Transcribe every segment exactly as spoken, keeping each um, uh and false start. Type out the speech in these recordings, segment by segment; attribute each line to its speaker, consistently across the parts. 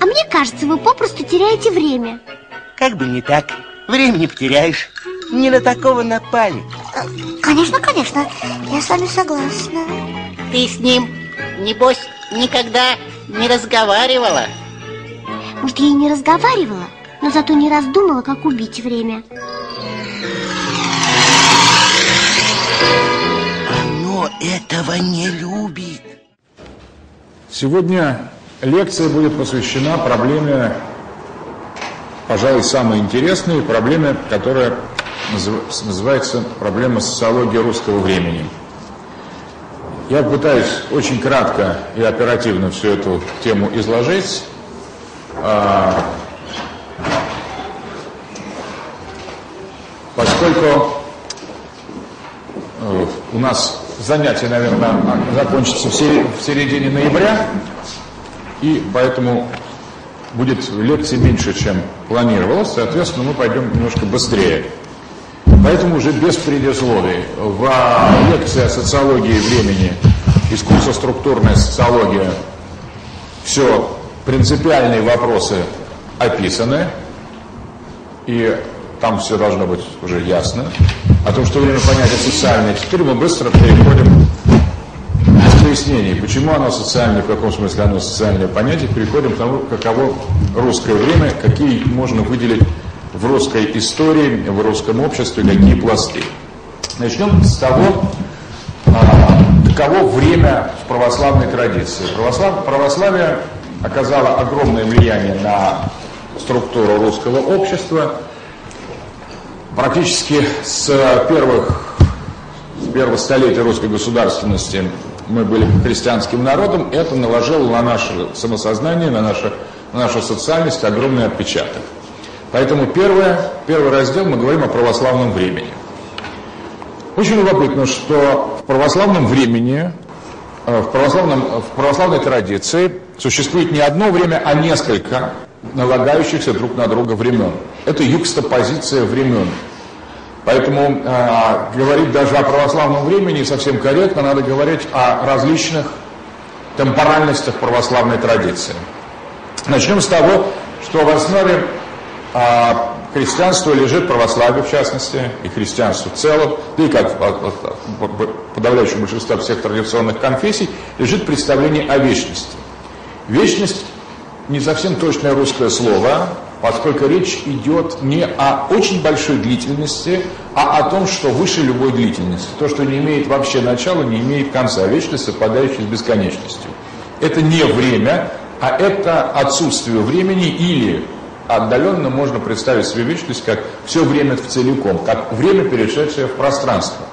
Speaker 1: А мне кажется, вы попросту теряете время.
Speaker 2: Как бы не так. Времени потеряешь. Не на такого напали.
Speaker 3: Конечно, конечно. Я с вами согласна.
Speaker 4: Ты с ним, небось, никогда не разговаривала?
Speaker 1: Может, я и не разговаривала, но зато не раз думала, как убить время.
Speaker 2: Оно этого не любит.
Speaker 5: Сегодня лекция будет посвящена проблеме, пожалуй, самой интересной, проблеме, которая называется проблема социологии русского времени. Я попытаюсь очень кратко и оперативно всю эту тему изложить. Поскольку у нас занятие, наверное, закончится в середине ноября, и поэтому будет лекций меньше, чем планировалось, соответственно, мы пойдем немножко быстрее. Поэтому уже без предисловий. В лекции о социологии времени из курса «Структурная социология» все принципиальные вопросы описаны, и там все должно быть уже ясно. О том, что время понятия социальное. Теперь мы быстро переходим к пояснению, почему оно социальное, в каком смысле оно социальное понятие, переходим к тому, каково русское время, какие можно выделить в русской истории, в русском обществе, какие пласты. Начнем с того, каково время в православной традиции. Православ... Православие оказало огромное влияние на структуру русского общества. Практически с первых, с первого столетия русской государственности мы были христианским народом. Это наложило на наше самосознание, на, наше, на нашу социальность огромный отпечаток. Поэтому первое, первый раздел мы говорим о православном времени. Очень любопытно, что в православном времени, в, православном, в православной традиции существует не одно время, а несколько налагающихся друг на друга времен. Это юкстапозиция времен. Поэтому э, говорить даже о православном времени не совсем корректно, надо говорить о различных темпоральностях православной традиции. Начнем с того, что в основе э, христианства лежит православие, в частности, и христианство в целом, да и как подавляющее большинство всех традиционных конфессий, лежит представление о вечности. Вечность не совсем точное русское слово, поскольку речь идет не о очень большой длительности, а о том, что выше любой длительности. То, что не имеет вообще начала, не имеет конца. Вечность, совпадающая с бесконечностью. Это не время, а это отсутствие времени, или отдаленно можно представить себе вечность как все время в целиком, как время, перешедшее в пространство.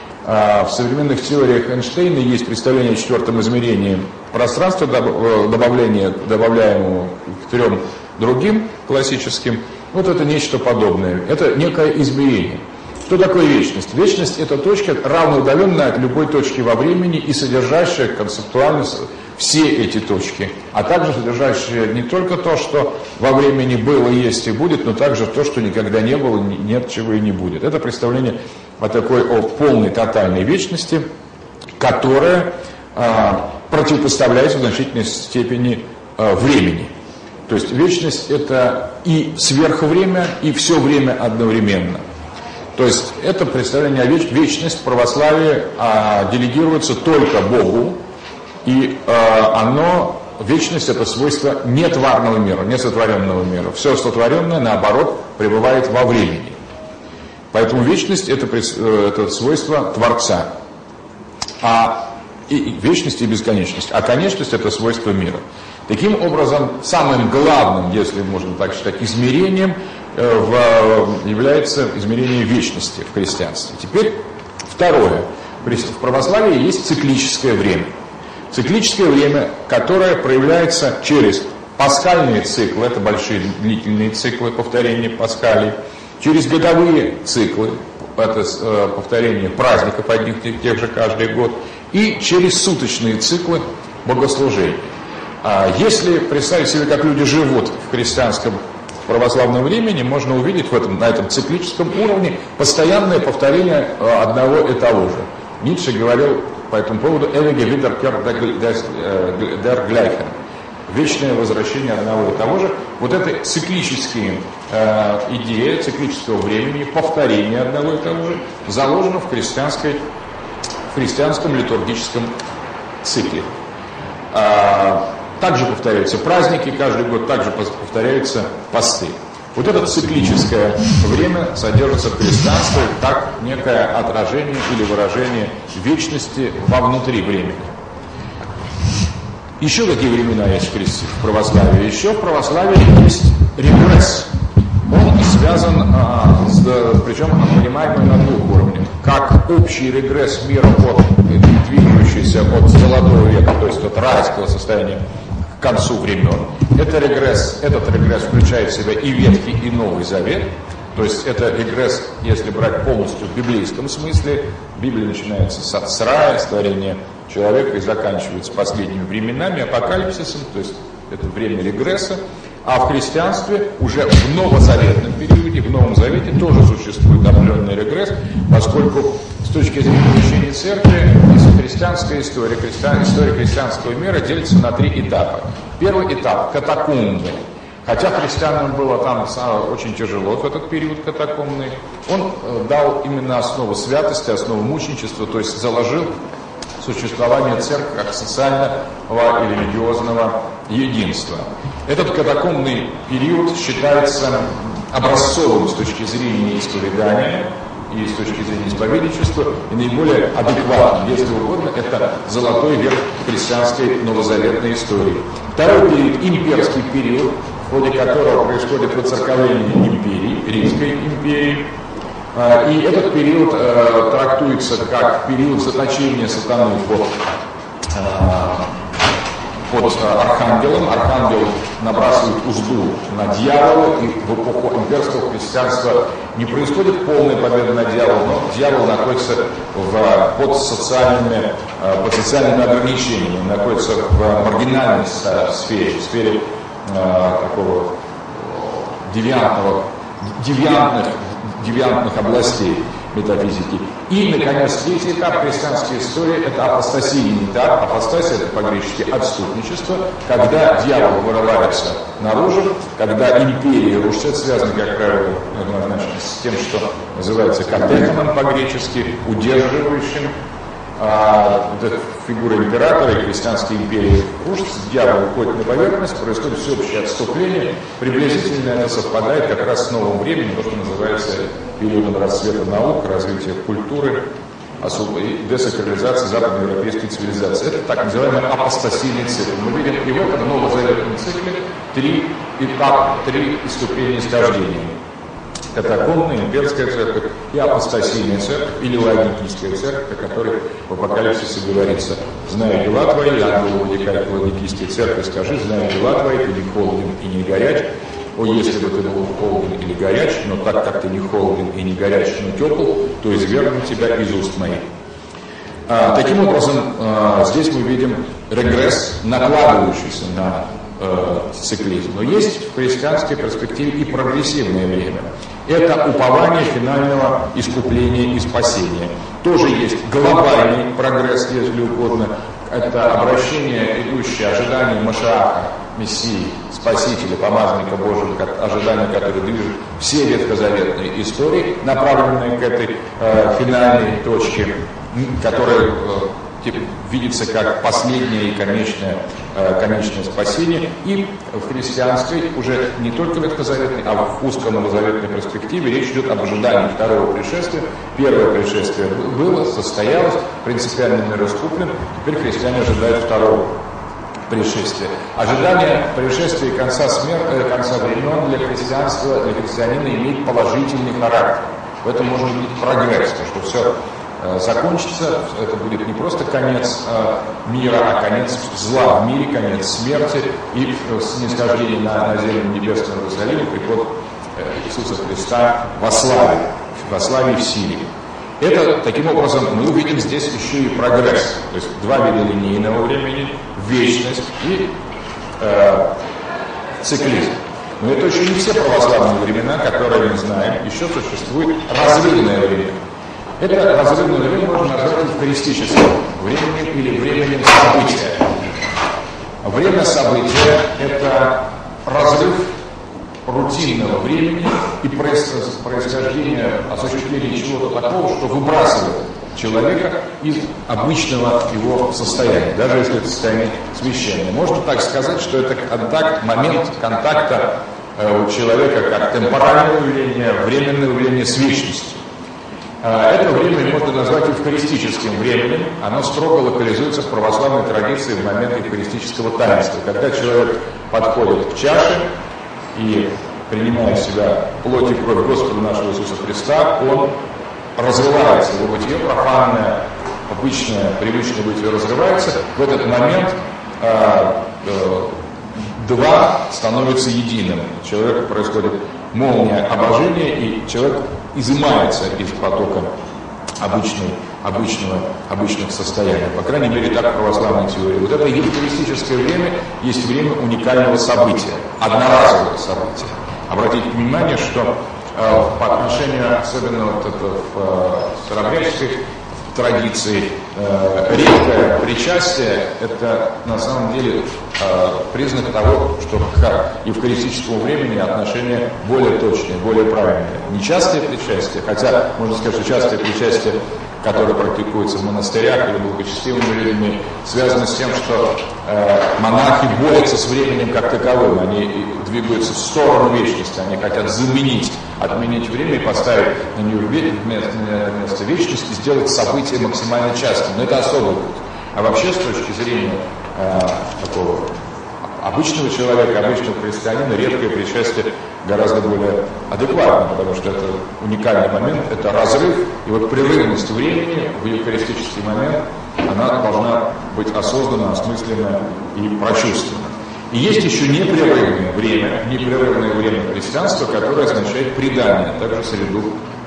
Speaker 5: В современных теориях Эйнштейна есть представление о четвертом измерении пространства, добавление, добавляемого к трем другим классическим. Вот это нечто подобное. Это некое измерение. Что такое вечность? Вечность – это точка, равноудаленная от любой точки во времени и содержащая концептуально все эти точки, а также содержащая не только то, что во времени было, есть и будет, но также то, что никогда не было, нет, чего и не будет. Это представление о такой, о полной, тотальной вечности, которая а, противопоставляется в значительной степени а, времени. То есть вечность – это и сверхвремя, и все время одновременно. То есть это представление о веч- вечность в православии а, делегируется только Богу, и а, оно, вечность – это свойство нетварного мира, несотворенного мира. Все сотворенное, наоборот, пребывает во времени. Поэтому вечность – это, это свойство Творца. А и, и вечность и бесконечность. А конечность – это свойство мира. Таким образом, самым главным, если можно так считать, измерением в, является измерение вечности в христианстве. Теперь второе. В православии есть циклическое время. Циклическое время, которое проявляется через пасхальные циклы, это большие длительные циклы повторения пасхалий, через годовые циклы, это повторение праздников одних и тех же каждый год, и через суточные циклы богослужения. Если представить себе, как люди живут в христианском православном времени, можно увидеть в этом, на этом циклическом уровне постоянное повторение одного и того же. Ницше говорил по этому поводу «Ewige Wiederkehr der Gleichen». вечное возвращение одного и того же. Вот эта циклическая э, идея циклического времени, повторение одного и того же, заложена в, христианской, в христианском литургическом цикле. А, также повторяются праздники, каждый год также повторяются посты. Вот это циклическое время содержится в христианстве как некое отражение или выражение вечности вовнутри времени. Еще какие времена есть в православии? Еще в православии есть регресс. Он связан, а, с, причем понимаемый на двух уровнях. Как общий регресс мира, от, двигающийся от золотого века, то есть от райского состояния к концу времен. Это регресс, этот регресс включает в себя и Ветхий, и Новый Завет. То есть это регресс, если брать полностью в библейском смысле. Библия начинается с, с рая, с творения человека и заканчивается последними временами, апокалипсисом, то есть это время регресса. А в христианстве уже в новозаветном периоде, в Новом Завете тоже существует определенный регресс, поскольку с точки зрения учения церкви, христианская история, христиан, история христианского мира делится на три этапа. Первый этап – катакомбы. Хотя христианам было там очень тяжело в этот период катакомбный, он дал именно основу святости, основу мученичества, то есть заложил существование церкви как социального и религиозного единства. Этот катакомбный период считается образцовым с точки зрения исповедания и с точки зрения исповедничества, и наиболее адекватным, если угодно, это золотой век христианской новозаветной истории. Второй период – имперский период, в ходе которого происходит воцерковление империи, Римской империи. И этот период э, трактуется как период заточения сатаны под, э, под архангелом. Архангел набрасывает узду на дьявола, и в эпоху имперского христианства не происходит полная победа над дьяволом, но дьявол находится в, под, социальными, э, под социальными ограничениями, находится в маргинальной сфере, в сфере э, такого девиантного, девиантных девиантных областей метафизики. И, наконец, третий этап христианской истории – это апостасийный этап. Апостасия – это по-гречески отступничество, когда дьявол вырывается наружу, когда империи рушат, связаны, как правило, однозначно с тем, что называется катехоном по-гречески, удерживающим. А, вот эта фигура императора и христианской империи рушится, дьявол уходит на поверхность, происходит всеобщее отступление. Приблизительно это совпадает как раз с новым временем, то, что называется периодом расцвета наук, развития культуры, особой десакрализации западноевропейской цивилизации. Это так называемый апостасийный цикл. Мы видим и в этом новозаветном цикле три этапа, три ступени исхождения. Катакомбная, имперская церковь и апостасийная церковь, или ладикийская церковь, о которой в Апокалипсисе говорится: «Знаю дела твои, ангел владыкает в ладикийской церкви, скажи, знаю дела твои, ты не холоден и не горяч. О, если бы ты был холоден или горяч, но так как ты не холоден и не горяч, но тепл, то извергну тебя из уст моих». А, таким образом, а, здесь мы видим регресс, накладывающийся на э, циклизм. Но есть в христианской перспективе и прогрессивное время. Это упование финального искупления и спасения. Тоже есть глобальный прогресс, если угодно. Это обращение, идущее, ожидание Машиаха, Мессии, Спасителя, Помазанника Божьего, ожидание, которое движет все ветхозаветные истории, направленные к этой э, финальной точке, которая э, типа, видится как последнее и конечное, э, конечное спасение. И в христианской, уже не только ветхозаветной, а в узко-новозаветной перспективе речь идет об ожидании второго пришествия. Первое пришествие было, состоялось, принципиально мир искуплен, теперь христиане ожидают второго пришествия. Ожидание пришествия и конца смерти, конца времен для христианства, для христианина имеет положительный характер. В этом может быть прогресс, что все э, закончится, это будет не просто конец э, мира, а конец зла в мире, конец смерти и э, снисхождение на, на землю небесного Иерусалима, приход э, Иисуса Христа во славе, во славе и в силе. Это, таким образом, мы увидим здесь еще и прогресс. То есть два вида линейного времени, вечность и э, циклизм. Но это еще не все православные времена, которые мы знаем. Еще существует разрывное время. Это разрывное время можно назвать евхаристическим временем или временем события. Время события – это разрыв рутинного времени и происхождение, осуществление чего-то такого, что выбрасывает человека из обычного его состояния, даже если это состояние священное. Можно так сказать, что это контакт, момент контакта э, у человека как темпоральное явление, временное явление с вечностью. Э, это время можно назвать евхаристическим временем, оно строго локализуется в православной традиции в момент евхаристического таинства, когда человек подходит к чаше и принимая в себя плоть и кровь Господа нашего Иисуса Христа, он разрывается, его бытие профанное, обычное, привычное бытие разрывается. В этот момент э, э, два становятся единым. У человека происходит молния обожения, и человек изымается из потока обычной, обычного, обычных состояний. По крайней мере, так в православной теории. Вот это евхаристическое время есть время уникального события, одноразового события. Обратите внимание, что по отношению, особенно вот это в старообрядческой традиции, редкое причастие – это на самом деле признак того, что к евхаристическому времени отношение более точное, более правильное. Нечастое причастие, хотя можно сказать, что частое причастие, которое практикуется в монастырях или благочестивыми людьми, связано с тем, что э, монахи борются с временем как таковым, они двигаются в сторону вечности, они хотят заменить, отменить время и поставить на нее вместо, вместо вечности, сделать событие максимально частым. Но это особый путь. А вообще, с точки зрения э, такого обычного человека, обычного христианина, редкое причастие гораздо более адекватно, потому что это уникальный момент, это разрыв, и вот прерывность времени в евхаристический момент, она должна быть осознанно, осмысленно и прочувствована. И есть еще непрерывное время, непрерывное время христианства, которое означает предание, также среду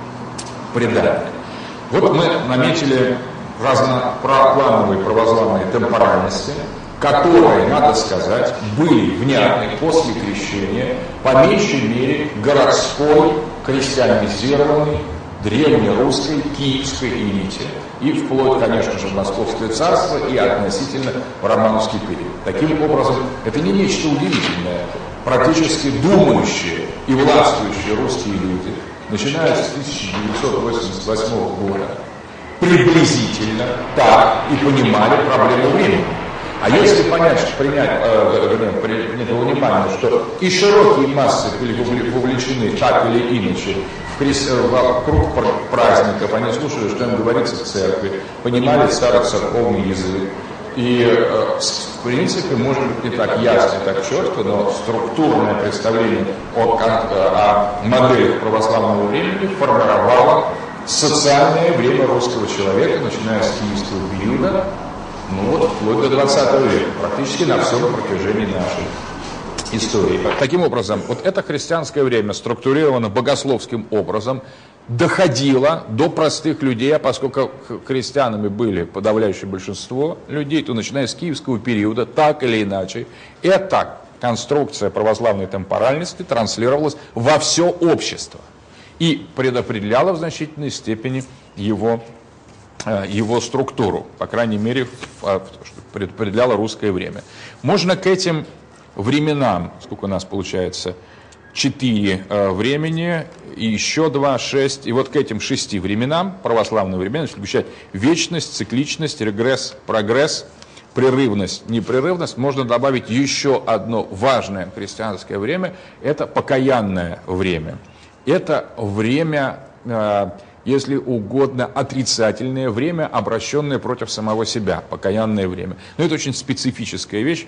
Speaker 5: предания. Вот мы наметили разноплановые православные темпоральности, которые, надо сказать, были внятны после крещения, по меньшей мере, городской, крестьянизированной, древнерусской, киевской элите, и вплоть, конечно же, в Московское царство и относительно в романовский период. Таким образом, это не нечто удивительное. Практически думающие и властвующие русские люди, начиная с тысяча девятьсот восемьдесят восьмого года, приблизительно так и понимали проблему времени. А если понять, принять, э, принять во внимание, что и широкие массы были вовлечены так или иначе в хри... вокруг праздников, они слушали, что им говорится в церкви, понимали старый церковный язык. И, э, в принципе, может быть, не так ясно, не так четко, но структурное представление о, о моделях православного времени формировало социальное время русского человека, начиная с киевского периода, ну вот вплоть до двадцатого века, практически на всем протяжении нашей истории. Таким образом, вот это христианское время структурировано богословским образом, доходило до простых людей, а поскольку христианами были подавляющее большинство людей, то начиная с киевского периода, так или иначе, эта конструкция православной темпоральности транслировалась во все общество и предопределяла в значительной степени его его структуру, по крайней мере, предопределяло русское время. Можно к этим временам, сколько у нас получается, четыре э, времени, и еще два, шесть, и вот к этим шести временам, православным временам, включать вечность, цикличность, регресс, прогресс, прерывность, непрерывность, можно добавить еще одно важное христианское время, это покаянное время. Это время, э, если угодно, отрицательное время, обращенное против самого себя, покаянное время. Но это очень специфическая вещь.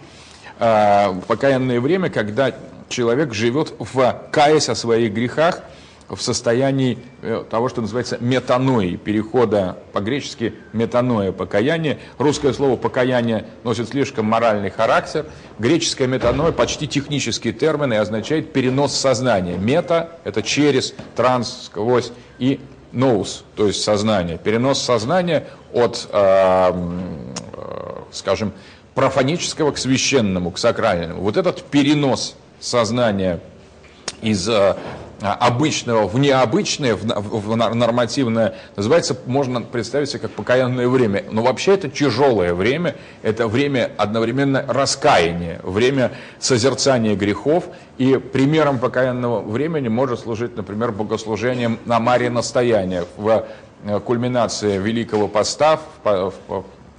Speaker 5: Покаянное время, когда человек живет, в каясь о своих грехах, в состоянии того, что называется метанои, перехода по-гречески метаноя, покаяние. Русское слово покаяние носит слишком моральный характер. Греческое метаноя почти технический термин и означает перенос сознания. Мета – это через, транс, сквозь, и ноус, то есть сознание. Перенос сознания от, э, э, скажем, профанического к священному, к сакральному. Вот этот перенос сознания из э, обычного в необычное, в нормативное, называется, можно представить себе как покаянное время. Но вообще это тяжелое время, это время одновременно раскаяния, время созерцания грехов. И примером покаянного времени может служить, например, богослужением на Марье настояние в кульминации Великого Поста, в, в,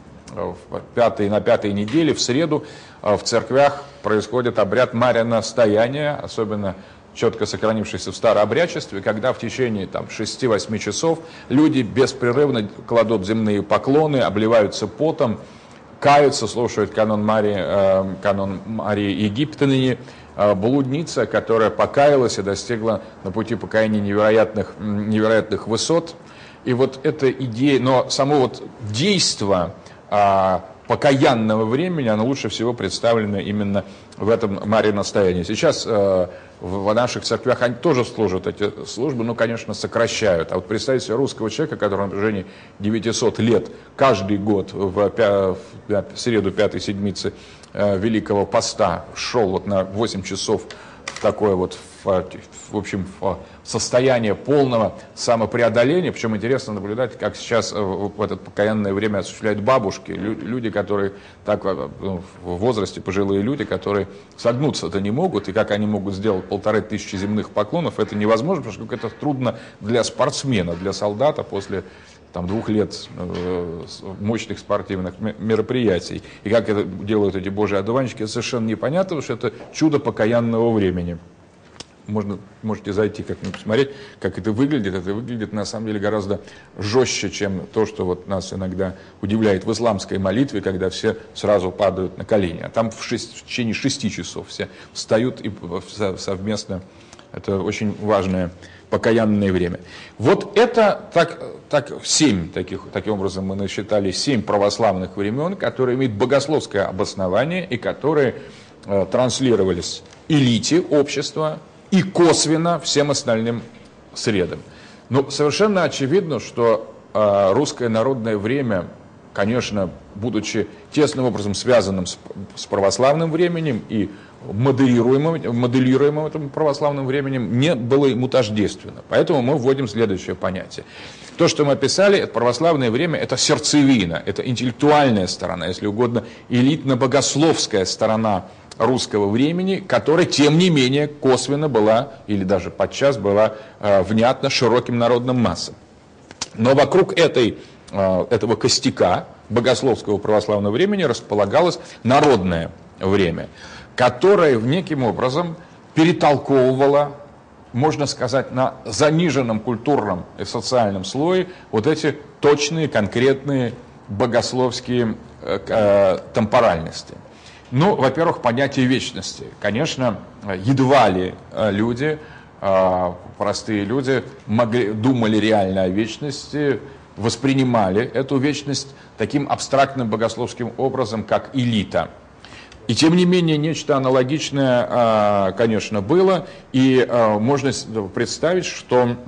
Speaker 5: в пятой, на пятой неделе, в среду, в церквях происходит обряд Марья настояния, особенно четко сохранившийся в старообрядчестве, когда в течение там, шести-восьми часов люди беспрерывно кладут земные поклоны, обливаются потом, каются, слушают канон Марии, э, канон Марии Египтянки, э, блудница, которая покаялась и достигла на пути покаяния невероятных, невероятных высот. И вот эта идея, но само вот действо э, покаянного времени, оно лучше всего представлено именно в этом Марье настоянии. Сейчас э, в наших церквях они тоже служат эти службы, но, конечно, сокращают. А вот представьте себе русского человека, который на протяжении девятисот лет каждый год в, пя, в среду пятой седмицы э, Великого Поста шел вот на восемь часов в такое вот, в, в общем, в состояние полного самопреодоления. Причем интересно наблюдать, как сейчас в это покаянное время осуществляют бабушки, люди, которые так ну, в возрасте, пожилые люди, которые согнуться-то не могут, и как они могут сделать полторы тысячи земных поклонов, это невозможно, потому что это трудно для спортсмена, для солдата после там, двух лет э, мощных спортивных мероприятий. И как это делают эти божьи одуванчики, это совершенно непонятно, потому что это чудо покаянного времени. Можно, можете зайти как-нибудь посмотреть, как это выглядит. Это выглядит на самом деле гораздо жестче, чем то, что вот нас иногда удивляет в исламской молитве, когда все сразу падают на колени. А там в, шесть, в течение шести часов все встают и совместно. Это очень важное покаянное время. Вот это так, так, семь таких, таким образом мы насчитали семь православных времен, которые имеют богословское обоснование и которые э, транслировались элите общества и косвенно всем остальным средам. Но совершенно очевидно, что э, русское народное время, конечно, будучи тесным образом связанным с, с православным временем и моделируемым, моделируемым этим православным временем, не было ему тождественно. Поэтому мы вводим следующее понятие. То, что мы описали, это православное время, это сердцевина, это интеллектуальная сторона, если угодно, элитно-богословская сторона русского времени, которая, тем не менее, косвенно была, или даже подчас была э, внятна широким народным массам. Но вокруг этой, э, этого костяка богословского православного времени располагалось народное время, которое неким образом перетолковывало, можно сказать, на заниженном культурном и социальном слое вот эти точные, конкретные богословские э, э, темпоральности. Ну, во-первых, понятие вечности. Конечно, едва ли люди, простые люди, могли, думали реально о вечности, воспринимали эту вечность таким абстрактным богословским образом, как элита. И тем не менее, нечто аналогичное, конечно, было, и можно представить, что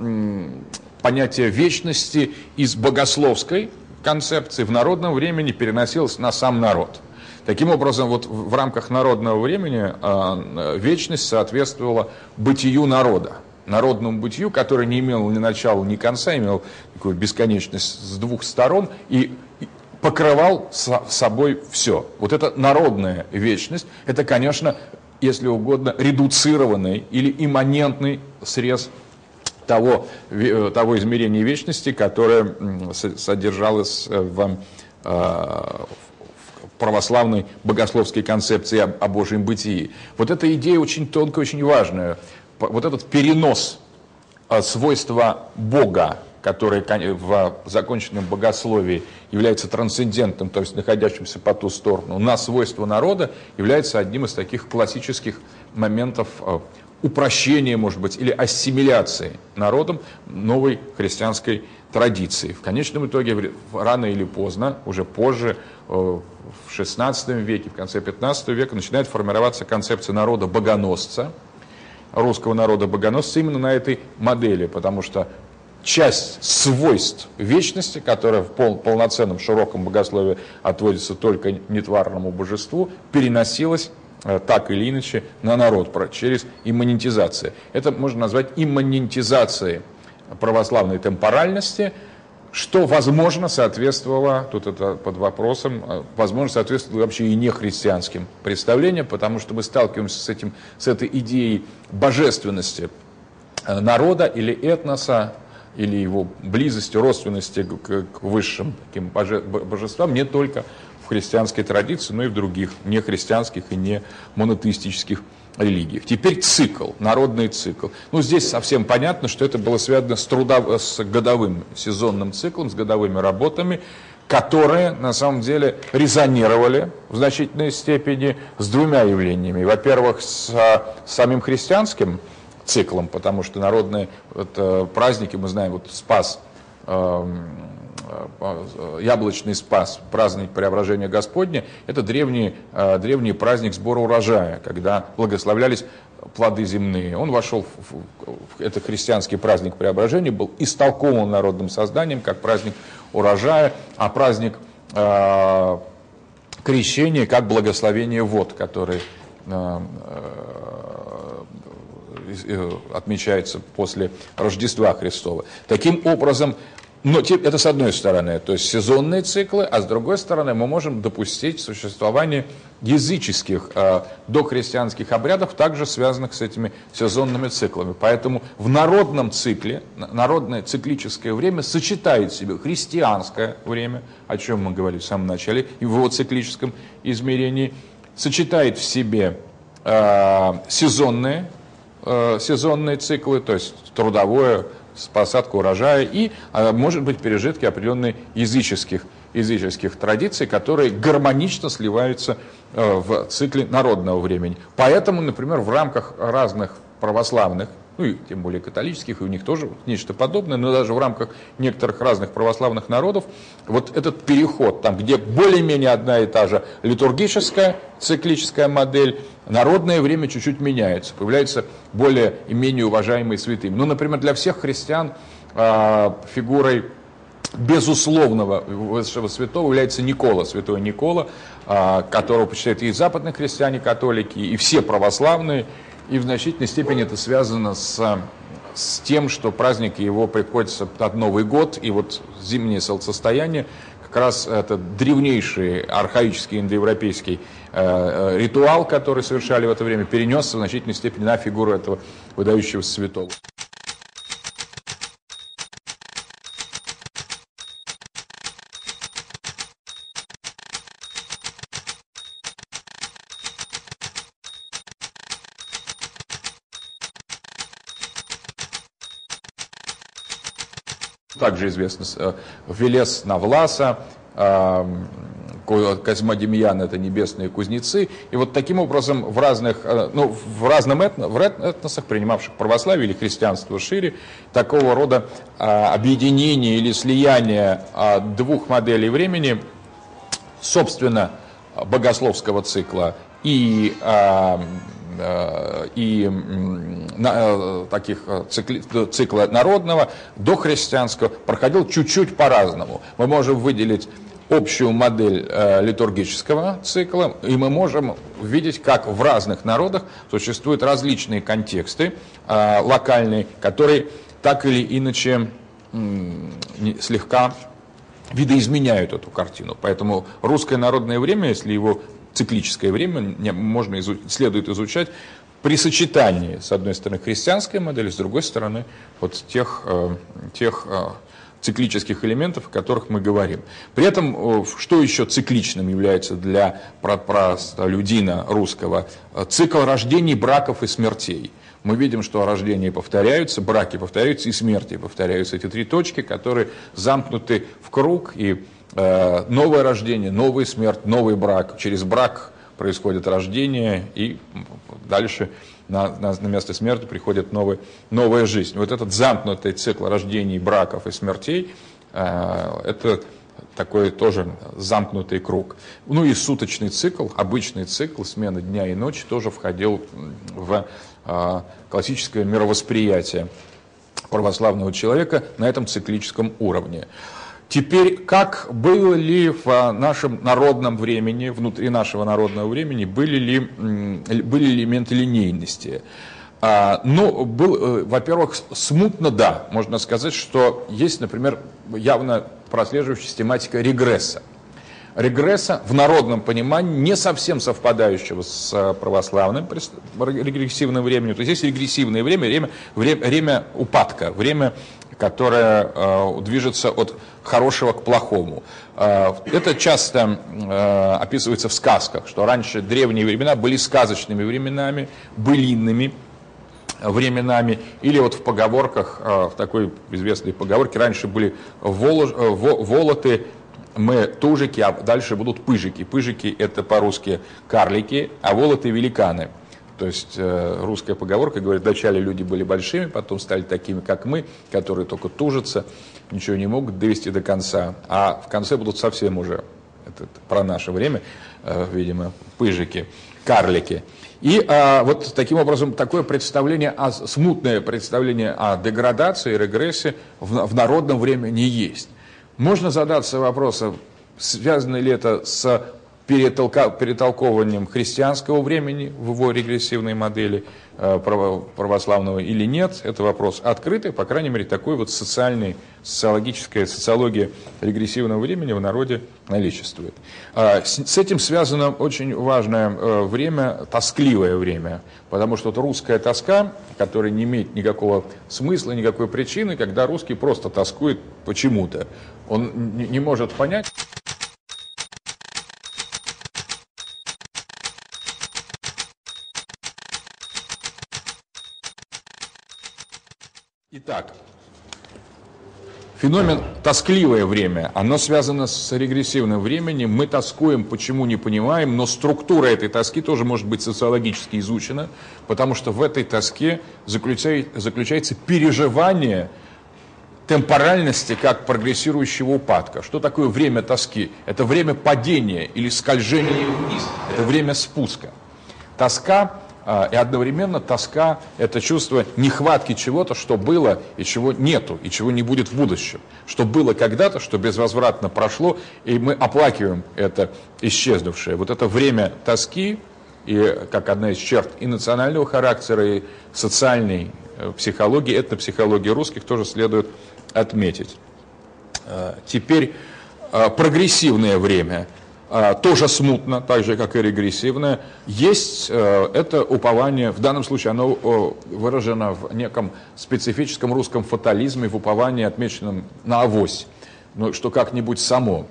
Speaker 5: понятие вечности из богословской концепции в народном времени переносилось на сам народ. Таким образом, вот в рамках народного времени э, вечность соответствовала бытию народа, народному бытию, который не имел ни начала, ни конца, имел такую бесконечность с двух сторон и покрывал со собой все. Вот эта народная вечность, это, конечно, если угодно, редуцированный или имманентный срез того, того измерения вечности, которое содержалось в, в православной богословской концепции о, о Божьем бытии. Вот эта идея очень тонкая, очень важная. Вот этот перенос свойства Бога, который в законченном богословии является трансцендентным, то есть находящимся по ту сторону, на свойства народа, является одним из таких классических моментов упрощения, может быть, или ассимиляции народом новой христианской традиции. В конечном итоге, рано или поздно, уже позже, в шестнадцатом веке, в конце пятнадцатого века начинает формироваться концепция народа-богоносца, русского народа-богоносца именно на этой модели, потому что часть свойств вечности, которая в пол, полноценном широком богословии отводится только нетварному божеству, переносилась так или иначе на народ через имманентизацию. Это можно назвать имманентизацией православной темпоральности, что, возможно, соответствовало, тут это под вопросом, возможно, соответствовало вообще и нехристианским представлениям, потому что мы сталкиваемся с, этим, с этой идеей божественности народа или этноса, или его близости, родственности к, к высшим таким боже, божествам не только в христианской традиции, но и в других нехристианских и не монотеистических религиях. Теперь цикл, народный цикл. Ну, здесь совсем понятно, что это было связано с, трудов... с годовым сезонным циклом, с годовыми работами, которые на самом деле резонировали в значительной степени с двумя явлениями. Во-первых, с, с самим христианским циклом, потому что народные вот, праздники, мы знаем, вот Спас, э, э, яблочный Спас, праздник Преображения Господня, это древний, э, древний праздник сбора урожая, когда благословлялись плоды земные. Он вошел в, в, в это христианский праздник Преображения, был истолкован народным созданием как праздник урожая, а праздник э, крещения как благословение вод, который э, отмечается после Рождества Христова. Таким образом, но это с одной стороны, то есть сезонные циклы, а с другой стороны мы можем допустить существование языческих э, дохристианских обрядов, также связанных с этими сезонными циклами. Поэтому в народном цикле, народное циклическое время сочетает в себе христианское время, о чем мы говорили в самом начале, и в его циклическом измерении, сочетает в себе э, сезонные сезонные циклы, то есть трудовое, посадка урожая, и, может быть, пережитки определенных языческих, языческих традиций, которые гармонично сливаются в цикле народного времени. Поэтому, например, в рамках разных православных, ну и тем более католических, и у них тоже нечто подобное, но даже в рамках некоторых разных православных народов, вот этот переход, там, где более-менее одна и та же литургическая, циклическая модель, народное время чуть-чуть меняется, появляются более и менее уважаемые святыми. Ну, например, для всех христиан э, фигурой безусловного высшего святого является Никола, святой Никола, э, которого почитают и западные христиане, католики, и все православные. И в значительной степени это связано с, с тем, что праздник его приходится под Новый год, и вот зимнее солнцестояние, как раз это древнейший архаический индоевропейский э, ритуал, который совершали в это время, перенесся в значительной степени на фигуру этого выдающегося святого. Также известно Велес Навласа, Козьмодемьян — это небесные кузнецы. И вот таким образом в разных, ну, в разном этно, в этносах, принимавших православие или христианство шире, такого рода объединение или слияние двух моделей времени, собственно, богословского цикла и и на, таких цикли, цикла народного до христианского проходил чуть-чуть по-разному. Мы можем выделить общую модель э, литургического цикла, и мы можем видеть, как в разных народах существуют различные контексты э, локальные, которые так или иначе м, слегка видоизменяют эту картину. Поэтому русское народное время, если его циклическое время, можно изу... следует изучать при сочетании, с одной стороны, христианской модели, с другой стороны, вот тех, э, тех э, циклических элементов, о которых мы говорим. При этом, э, что еще цикличным является для простолюдина русского? Цикл рождений, браков и смертей. Мы видим, что рождения повторяются, браки повторяются и смерти повторяются. Эти три точки, которые замкнуты в круг, и э, новое рождение, новая смерть, новый брак. Через брак происходит рождение, и дальше на, на, на место смерти приходит новая, новая жизнь. Вот этот замкнутый цикл рождений, браков и смертей, э, это такой тоже замкнутый круг. Ну и суточный цикл, обычный цикл смены дня и ночи тоже входил в э, классическое мировосприятие православного человека на этом циклическом уровне. Теперь, как было ли в нашем народном времени, внутри нашего народного времени, были ли, были элементы линейности? А, ну, был, во-первых, смутно, да, можно сказать, что есть, например, явно прослеживающая систематика регресса. Регресса в народном понимании, не совсем совпадающего с православным регрессивным временем. То есть есть регрессивное время, время, время, время упадка, время, которое э, движется от хорошего к плохому. Э, это часто э, описывается в сказках, что раньше древние времена были сказочными временами, былинными временами, или вот в поговорках, э, в такой известной поговорке, раньше были волож, э, волоты, мы тужики, а дальше будут пыжики. Пыжики — это по-русски карлики, а волоты — великаны. То есть э, русская поговорка говорит, вначале люди были большими, потом стали такими, как мы, которые только тужатся, ничего не могут довести до конца, а в конце будут совсем уже, это, это про наше время, э, видимо, пыжики, карлики. И э, вот таким образом такое представление, о, смутное представление о деградации, регрессе в, в народном времени есть. Можно задаться вопросом, связано ли это с перетолка, перетолкованием христианского времени в его регрессивной модели э, православного или нет. Это вопрос открытый, по крайней мере, такой вот социальный, социологическая социология регрессивного времени в народе наличествует. Э, с, с этим связано очень важное э, время, тоскливое время, потому что вот русская тоска, которая не имеет никакого смысла, никакой причины, когда русский просто тоскует почему-то. Он не, не может понять. Итак, феномен «тоскливое время», оно связано с регрессивным временем. Мы тоскуем, почему не понимаем, но структура этой тоски тоже может быть социологически изучена, потому что в этой тоске заключается переживание темпоральности как прогрессирующего упадка. Что такое время тоски? Это время падения или скольжения вниз, это время спуска. Тоска и одновременно тоска – это чувство нехватки чего-то, что было и чего нету, и чего не будет в будущем. Что было когда-то, что безвозвратно прошло, и мы оплакиваем это исчезнувшее. Вот это время тоски, и как одна из черт и национального характера, и социальной психологии, этнопсихологии русских тоже следует отметить. Теперь прогрессивное время – тоже смутно, так же, как и регрессивное. Есть э, это упование, в данном случае оно э, выражено в неком специфическом русском фатализме, в уповании, отмеченном на авось, ну, что как-нибудь само.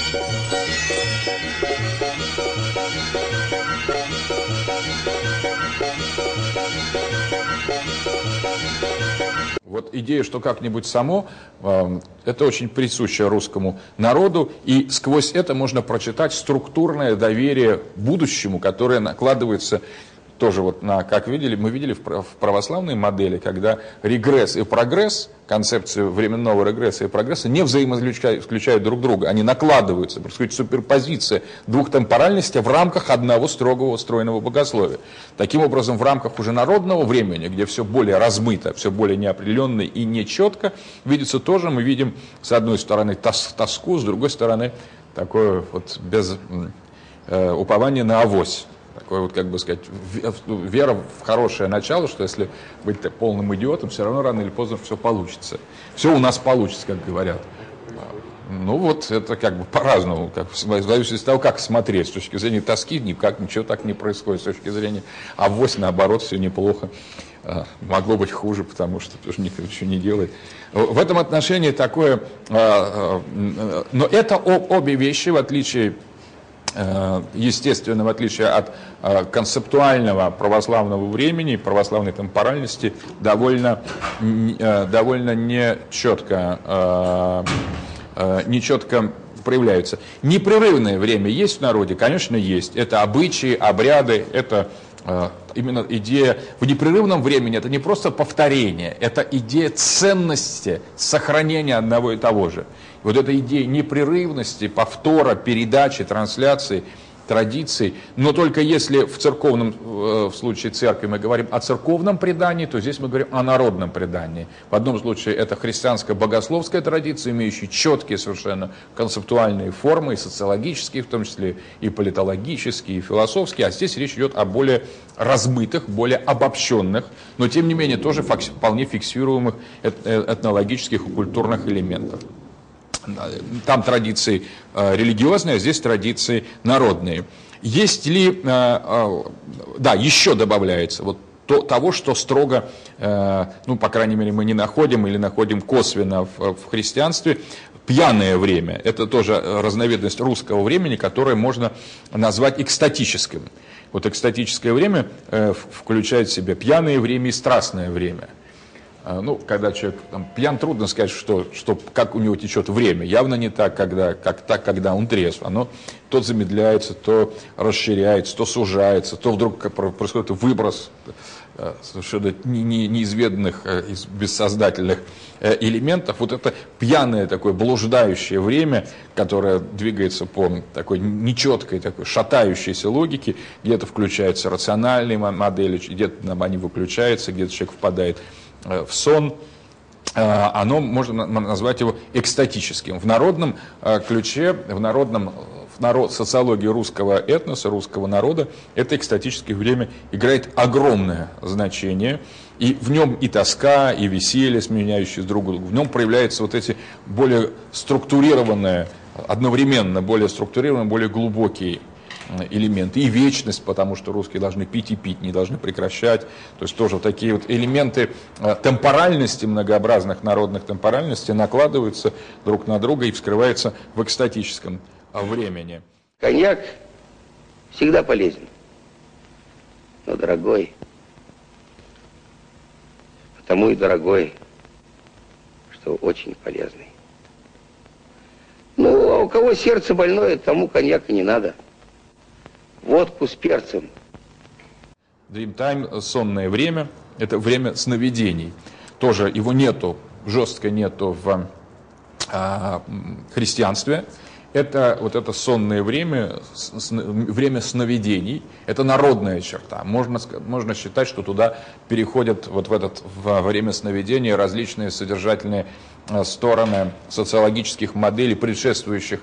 Speaker 5: Вот идея, что как-нибудь само, э, это очень присуще русскому народу, и сквозь это можно прочитать структурное доверие будущему, которое накладывается тоже вот на, как видели, мы видели в православной модели, когда регресс и прогресс, концепцию временного регресса и прогресса не взаимоисключают друг друга, они накладываются, происходит суперпозиция двух темпоральностей в рамках одного строгого устроенного богословия. Таким образом, в рамках уже народного времени, где все более размыто, все более неопределенно и нечетко, видится тоже, мы видим с одной стороны тос, тоску, с другой стороны такое вот без э, упования на авось. Такое вот, как бы сказать, вера в хорошее начало, что если быть полным идиотом, все равно рано или поздно все получится. Все у нас получится, как говорят. Ну вот, это как бы по-разному, как, в зависимости от того, как смотреть. С точки зрения тоски никак ничего так не происходит. С точки зрения авось, наоборот, все неплохо. Могло быть хуже, потому что тоже никто ничего не делает. В этом отношении такое... Но это обе вещи, в отличие... естественно, в отличие от концептуального православного времени, православной темпоральности, довольно, довольно нечетко, нечетко проявляются. Непрерывное время есть в народе? Конечно, есть. Это обычаи, обряды, это именно идея в непрерывном времени, это не просто повторение, это идея ценности, сохранения одного и того же. Вот эта идея непрерывности, повтора, передачи, трансляции, традиций, но только если в церковном, в случае церкви мы говорим о церковном предании, то здесь мы говорим о народном предании. В одном случае это христианская богословская традиция, имеющая четкие совершенно концептуальные формы, и социологические, в том числе и политологические, и философские, а здесь речь идет о более размытых, более обобщенных, но тем не менее тоже вполне фиксируемых этнологических и культурных элементах. Там традиции э, религиозные, а здесь традиции народные. Есть ли, э, э, да, еще добавляется вот то, того, что строго, э, ну, по крайней мере, мы не находим или находим косвенно в, в христианстве, пьяное время. Это тоже разновидность русского времени, которое можно назвать экстатическим. Вот экстатическое время э, включает в себя пьяное время и страстное время. Ну, когда человек там, пьян, трудно сказать, что, что, как у него течет время. Явно не так, когда, как так, когда он трезв. Оно то замедляется, то расширяется, то сужается, то вдруг происходит выброс совершенно не, не, неизведанных, бессознательных элементов. Вот это пьяное такое блуждающее время, которое двигается по такой нечеткой, такой шатающейся логике, где-то включаются рациональные модели, где-то они выключаются, где-то человек впадает в сон, оно можно назвать его экстатическим. В народном ключе, в народном в народ, социологии русского этноса, русского народа, это экстатическое время играет огромное значение. И в нем и тоска, и веселье, сменяющиеся друг другу. В нем проявляются вот эти более структурированные, одновременно более структурированные, более глубокие элементы, и вечность, потому что русские должны пить и пить, не должны прекращать. То есть тоже такие вот элементы темпоральности, многообразных народных темпоральностей накладываются друг на друга и вскрываются в экстатическом времени.
Speaker 6: Коньяк всегда полезен, но дорогой. Потому и дорогой, что очень полезный. Ну, а у кого сердце больное, тому коньяка не надо. Водку с перцем.
Speaker 5: Dreamtime, сонное время, это время сновидений. Тоже его нету, жестко нету в а, христианстве. Это вот это сонное время, время сновидений, это народная черта. Можно, можно считать, что туда переходят вот в это во время сновидения различные содержательные стороны социологических моделей, предшествующих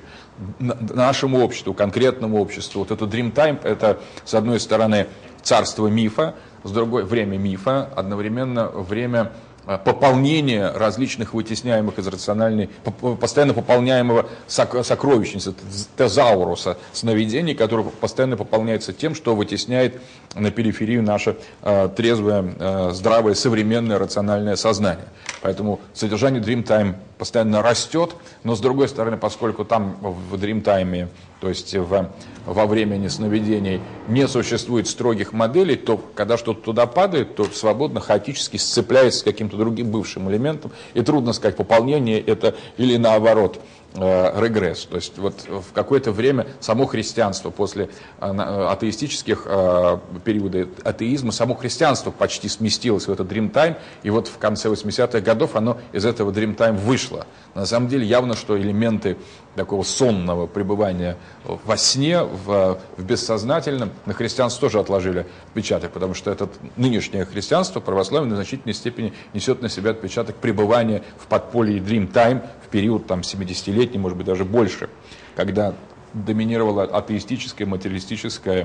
Speaker 5: нашему обществу, конкретному обществу. Вот это Dreamtime, это с одной стороны царство мифа, с другой время мифа, одновременно время пополнения различных вытесняемых из рациональной, постоянно пополняемого сокровищницы, тезауруса сновидений, который постоянно пополняется тем, что вытесняет на периферию наше э, трезвое, э, здравое, современное, рациональное сознание. Поэтому содержание Dreamtime постоянно растет, но с другой стороны, поскольку там в Dreamtime, то есть в, во времени сновидений, не существует строгих моделей, то когда что-то туда падает, то свободно, хаотически сцепляется с каким-то другим бывшим элементом, и трудно сказать, пополнение это или наоборот регресс. То есть вот в какое-то время само христианство после атеистических периодов атеизма, само христианство почти сместилось в этот Dreamtime, и вот в конце восьмидесятых годов оно из этого Dreamtime вышло. На самом деле явно, что элементы такого сонного пребывания во сне, в, в бессознательном, на христианство тоже отложили отпечаток, потому что это нынешнее христианство, православие, в значительной степени несет на себя отпечаток пребывания в подполье Dreamtime в период там, семидесятилетний, может быть, даже больше, когда доминировала атеистическая, материалистическая,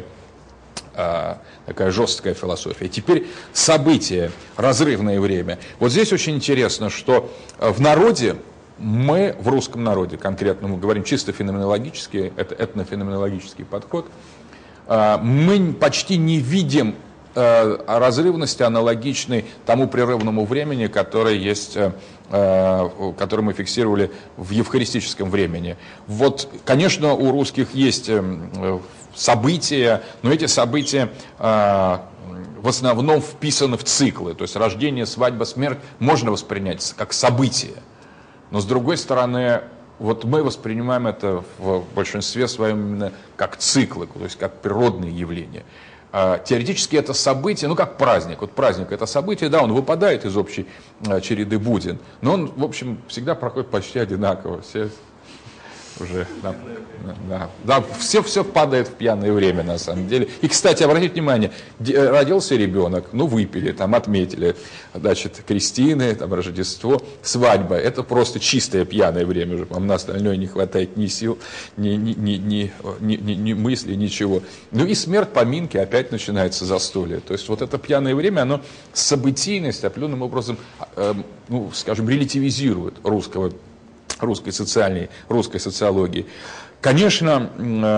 Speaker 5: э, такая жесткая философия. Теперь события, разрывное время. Вот здесь очень интересно, что в народе, мы в русском народе, конкретно мы говорим чисто феноменологически, это этнофеноменологический подход, э, мы почти не видим э, разрывности, аналогичной тому прерывному времени, которое есть... Э, который мы фиксировали в евхаристическом времени. Вот, конечно, у русских есть события, но эти события в основном вписаны в циклы. То есть рождение, свадьба, смерть можно воспринять как событие. Но с другой стороны, вот мы воспринимаем это в большинстве своем именно как циклы, то есть как природные явления. Теоретически это событие, ну как праздник, вот праздник это событие, да, он выпадает из общей череды буден, но он, в общем, всегда проходит почти одинаково, все уже, да, да, да, все, все падает в пьяное время, на самом деле. И, кстати, обратите внимание, родился ребенок, ну, выпили, там, отметили, значит, крестины, там, Рождество, свадьба. Это просто чистое пьяное время уже, вам на остальное не хватает ни сил, ни, ни, ни, ни, ни, ни, ни мысли, ничего. Ну, и смерть, поминки, опять начинается застолье. То есть, вот это пьяное время, оно событийность определенным образом, э, ну, скажем, релятивизирует русского русской социальной, русской социологии. Конечно,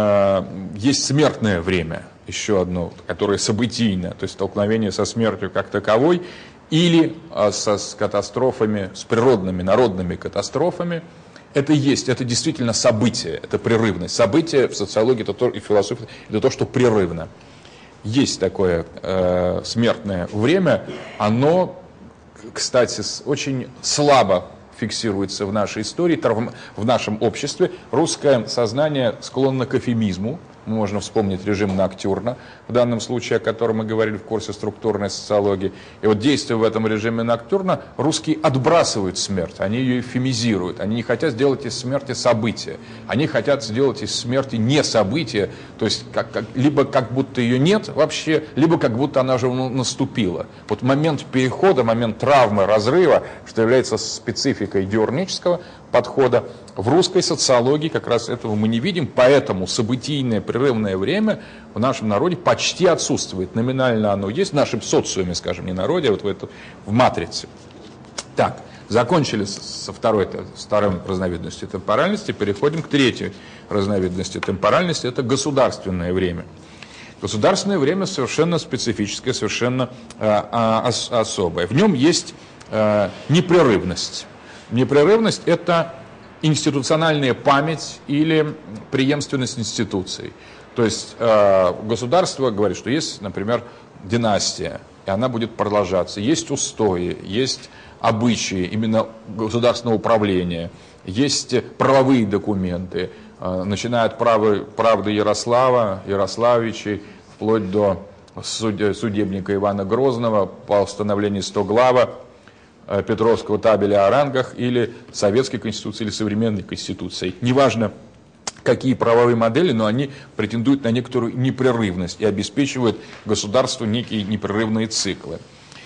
Speaker 5: есть смертное время, еще одно, которое событийно, то есть столкновение со смертью как таковой, или со, с катастрофами, с природными, народными катастрофами. Это есть, это действительно событие, это прерывность. Событие в социологии это то, и в философии это то, что прерывно. Есть такое э, смертное время, оно, кстати, очень слабо фиксируется в нашей истории, в нашем обществе. Русское сознание склонно к эвфемизму. Можно вспомнить режим Ноктюрна, в данном случае, о котором мы говорили в курсе структурной социологии. И вот, действуя в этом режиме Ноктюрна, русские отбрасывают смерть, они ее эвфемизируют. Они не хотят сделать из смерти события. Они хотят сделать из смерти не событие, то есть как, как, либо как будто ее нет вообще, либо как будто она уже наступила. Вот момент перехода, момент травмы, разрыва, что является спецификой диурнического подхода, в русской социологии как раз этого мы не видим, поэтому событийное прерывное время в нашем народе почти отсутствует. Номинально оно есть в нашем социуме, скажем, не народе, а вот в, это, в матрице. Так, закончили со второй, второй разновидностью темпоральности, переходим к третьей разновидности темпоральности, это государственное время. Государственное время совершенно специфическое, совершенно а, ос, особое. В нем есть а, непрерывность. Непрерывность – это институциональная память или преемственность институций. То есть э, государство говорит, что есть, например, династия, и она будет продолжаться. Есть устои, есть обычаи именно государственного управления, есть правовые документы, э, начиная от правы, правды Ярослава, Ярославичей, вплоть до судебника Ивана Грозного, по установлению Стоглава, Петровского табеля о рангах или советской конституции, или современной конституции. Неважно, какие правовые модели, но они претендуют на некоторую непрерывность и обеспечивают государству некие непрерывные циклы.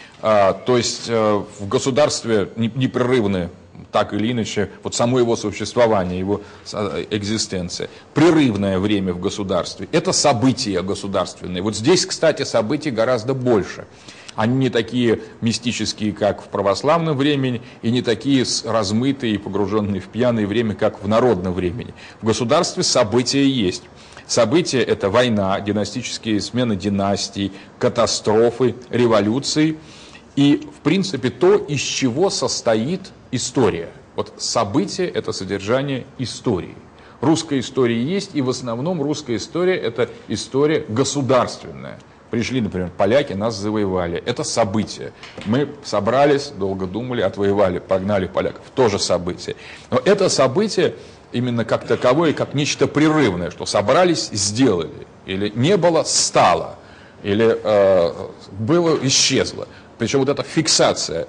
Speaker 5: А, то есть а, в государстве непрерывны, так или иначе, вот само его существование, его экзистенция. Прерывное время в государстве – это события государственные. Вот здесь, кстати, событий гораздо больше. Они не такие мистические, как в православном времени, и не такие размытые и погруженные в пьяное время, как в народном времени. В государстве события есть. События – это война, династические смены династий, катастрофы, революции. И, в принципе, то, из чего состоит история. Вот события – это содержание истории. Русская история есть, и в основном русская история – это история государственная. Пришли, например, поляки, нас завоевали. Это событие. Мы собрались, долго думали, отвоевали, погнали поляков. Тоже событие. Но это событие именно как таковое, как нечто прерывное, что собрались, сделали. Или не было, стало. Или э, было, исчезло. Причем вот эта фиксация,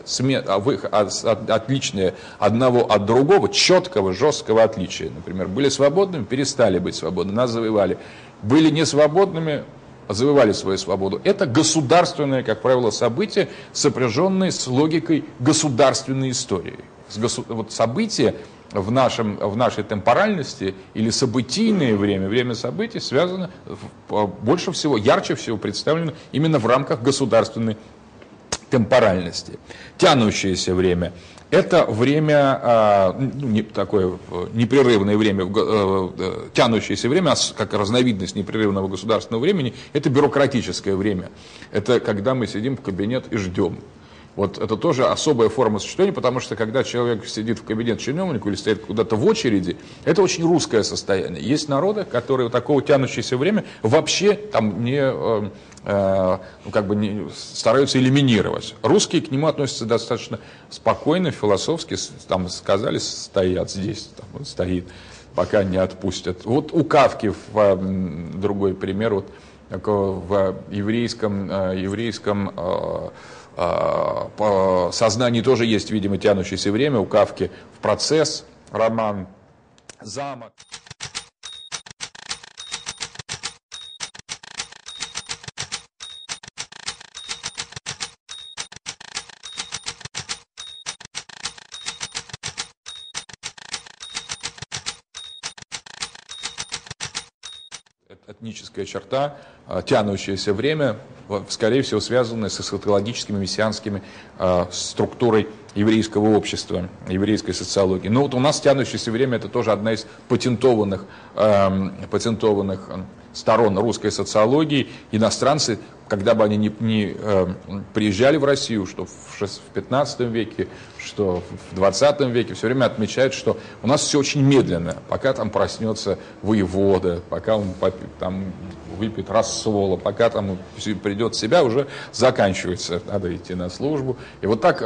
Speaker 5: отличная одного от другого, четкого, жесткого отличия. Например, были свободными, перестали быть свободными, нас завоевали. Были несвободными, завоевали свою свободу. Это государственное, как правило, событие, сопряженное с логикой государственной истории. Вот события в, нашем, в нашей темпоральности или событийное время, время событий связано больше всего, ярче всего представлено именно в рамках государственной темпоральности. Тянущееся время – это время, ну, не, такое непрерывное время, тянущееся время, как разновидность непрерывного государственного времени, это бюрократическое время. Это когда мы сидим в кабинет и ждем. Вот это тоже особая форма существования, потому что когда человек сидит в кабинете чиновника или стоит куда-то в очереди, это очень русское состояние. Есть народы, которые такого тянущееся время вообще там не, э, э, ну, как бы не, стараются элиминировать. Русские к нему относятся достаточно спокойно, философски, там сказали, стоят здесь, там, он стоит, пока не отпустят. Вот у Кафки, в, э, другой пример, вот, в еврейском, э, еврейском э, по сознанию тоже есть, видимо, тянущееся время. У Кафки в «Процесс» роман замок. Этническая черта, тянущееся время, скорее всего, связанное с эсхатологическими, мессианскими э, структурой еврейского общества, еврейской социологии. Но вот у нас тянущееся время — это тоже одна из патентованных, э, патентованных сторон русской социологии. Иностранцы, когда бы они ни, ни э, приезжали в Россию, что в пятнадцатом веке, что в двадцатом веке, все время отмечают, что у нас все очень медленно, пока там проснется воевода, пока он там выпьет рассола, пока там придет в себя, уже заканчивается, надо идти на службу. И вот так э,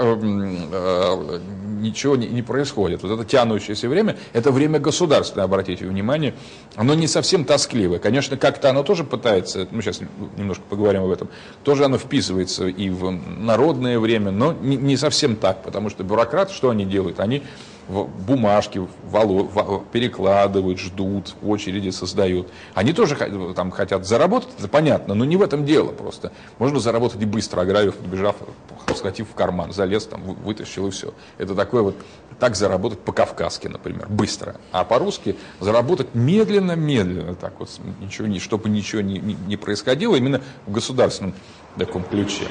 Speaker 5: э, ничего не, не происходит. Вот это тянущееся время, это время государственное, обратите внимание, оно не совсем тоскливое. Конечно, как-то оно тоже пытается, мы сейчас немножко поговорим об этом, тоже оно вписывается и в народное время, но не, не совсем так, потому что бюрократы, что они делают? Они бумажки перекладывают, ждут, очереди создают. Они тоже там хотят заработать, это понятно, но не в этом дело просто. Можно заработать и быстро, ограбив, подбежав, схватив в карман, залез, там, вытащил и все. Это такое вот, так заработать по-кавказски, например, быстро. А по-русски заработать медленно-медленно, так вот, ничего, чтобы ничего не, не, не происходило, именно в государственном таком ключе.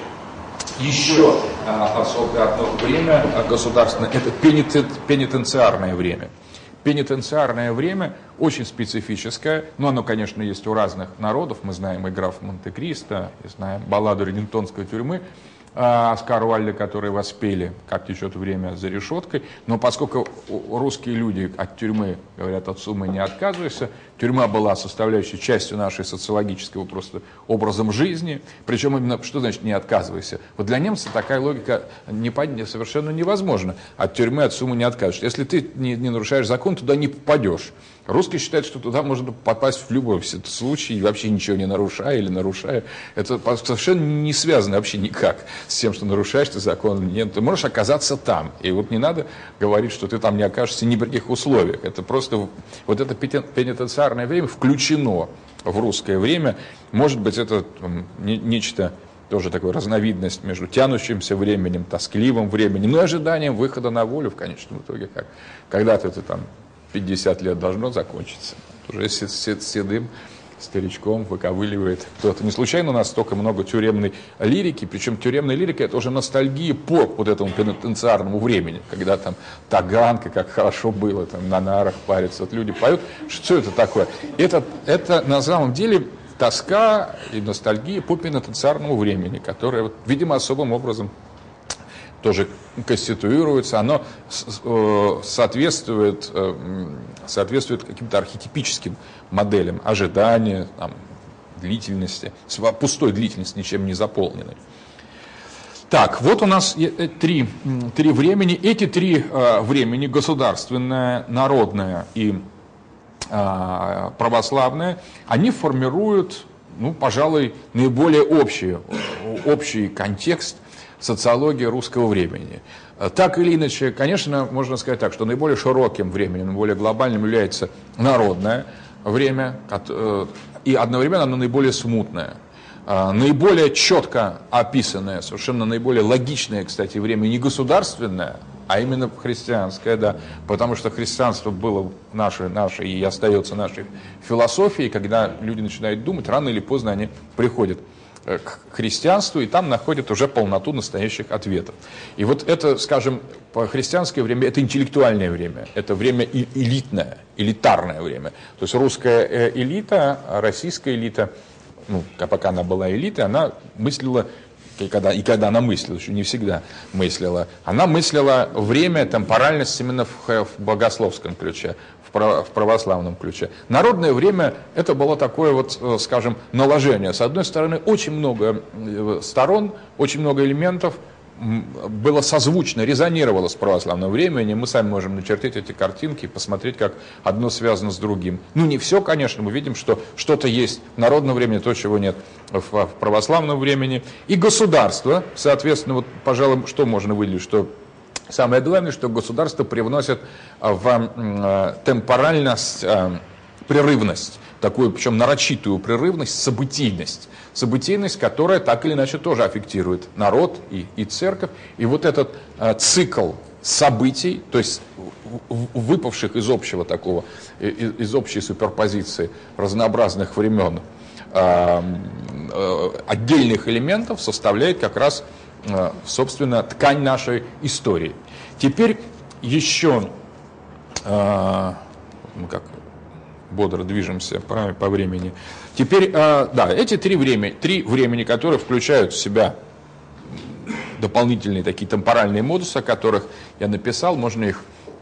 Speaker 5: Еще а, особое одно время государственное — это пенитен, пенитенциарное время. Пенитенциарное время очень специфическое, но оно, конечно, есть у разных народов. Мы знаем и граф Монте-Кристо, и знаем балладу Редингтонской тюрьмы Оскара Уальда, которые воспели «Как течет время за решеткой». Но поскольку русские люди от тюрьмы говорят: от суммы не отказывайся, тюрьма была составляющей частью нашей социологического просто образом жизни. Причем именно, что значит «не отказывайся»? Вот для немца такая логика не, совершенно невозможна. От тюрьмы, от суммы не откажешься. Если ты не, не нарушаешь закон, туда не попадешь. Русские считают, что туда можно попасть в любой случай, вообще ничего не нарушая или нарушая. Это совершенно не связано вообще никак с тем, что нарушаешь ты закон. Нет, ты можешь оказаться там. И вот не надо говорить, что ты там не окажешься ни при каких условиях. Это просто вот это пенитенциарное время включено в русское время. Может быть, это не, нечто, тоже такая разновидность между тянущимся временем, тоскливым временем, но и ожиданием выхода на волю в конечном итоге. Как, когда-то ты там пятьдесят лет должно закончиться. Уже седым старичком выковыливает кто-то. Не случайно у нас столько много тюремной лирики, причем тюремная лирика — это уже ностальгия по вот этому пенитенциарному времени, когда там Таганка, как хорошо было, там на нарах париться. Вот люди поют. Что это такое? Это, это на самом деле тоска и ностальгия по пенитенциарному времени, которая, вот, видимо, особым образом тоже конституируется, оно соответствует, соответствует каким-то архетипическим моделям ожидания, там, длительности, пустой длительности, ничем не заполненной. Так, вот у нас три, три времени. Эти три времени, государственное, народное и православное, они формируют, ну, пожалуй, наиболее общий, общий контекст социологии русского времени. Так или иначе, конечно, можно сказать так, что наиболее широким временем, наиболее глобальным является народное время, и одновременно оно наиболее смутное. Наиболее четко описанное, совершенно наиболее логичное, кстати, время не государственное, а именно христианское, да, потому что христианство было нашей, нашей и остается нашей философией. Когда люди начинают думать, рано или поздно они приходят к христианству, и там находят уже полноту настоящих ответов. И вот это, скажем, христианское время — это интеллектуальное время, это время элитное, элитарное время. То есть русская элита, российская элита, ну, пока она была элитой, она мыслила, и когда, и когда она мыслила, еще не всегда мыслила, она мыслила время, темпоральность именно в, в богословском ключе, в православном ключе. Народное время — это было такое вот, скажем, наложение. С одной стороны, очень много сторон, очень много элементов было созвучно, резонировало с православным временем. Мы сами можем начертить эти картинки и посмотреть, как одно связано с другим. Ну, не все, конечно, мы видим, что что-то есть в народном времени, то, чего нет в православном времени. И государство, соответственно, вот, пожалуй, что можно выделить, что Самое главное, что государство привносит в темпоральность прерывность, такую, причем нарочитую прерывность, событийность. Событийность, которая так или иначе тоже аффектирует народ и, и церковь. И вот этот э, цикл событий, то есть выпавших из общего такого, из, из общей суперпозиции разнообразных времен, э, э, отдельных элементов, составляет как раз, э, собственно, ткань нашей истории. Теперь еще, э, мы как бодро движемся по, по времени. Теперь, э, да, эти три времени, три времени, которые включают в себя дополнительные такие темпоральные модусы, о которых я написал, можно их,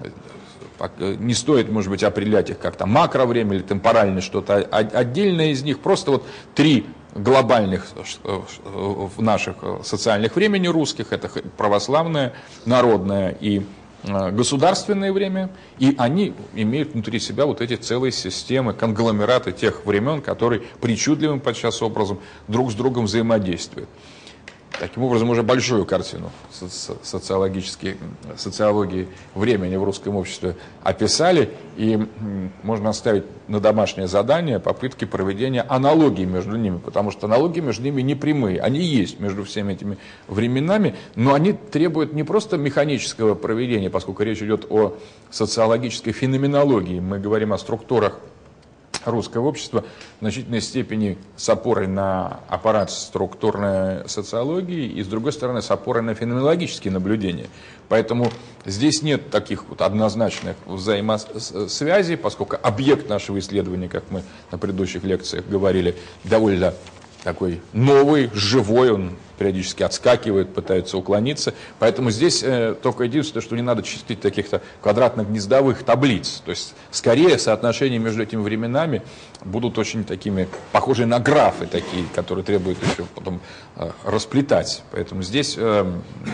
Speaker 5: не стоит, может быть, определять их как-то макровремя или темпоральное что-то отдельное из них, просто вот три глобальных в наших социальных времени русских, это православное, народное и государственное время, и они имеют внутри себя вот эти целые системы, конгломераты тех времен, которые причудливым подчас образом друг с другом взаимодействуют. Таким образом, уже большую картину социологической, социологии времени в русском обществе описали, и можно оставить на домашнее задание попытки проведения аналогий между ними, потому что аналогии между ними не прямые, они есть между всеми этими временами, но они требуют не просто механического проведения, поскольку речь идет о социологической феноменологии, мы говорим о структурах русского общества в значительной степени с опорой на аппарат структурной социологии и, с другой стороны, с опорой на феноменологические наблюдения. Поэтому здесь нет таких вот однозначных взаимосвязей, поскольку объект нашего исследования, как мы на предыдущих лекциях говорили, довольно такой новый, живой, он периодически отскакивает, пытается уклониться. Поэтому здесь э, только единственное, что не надо чистить таких-то квадратно-гнездовых таблиц. То есть, скорее, соотношения между этими временами будут очень такими, похожие на графы такие, которые требуют еще потом э, расплетать. Поэтому здесь э,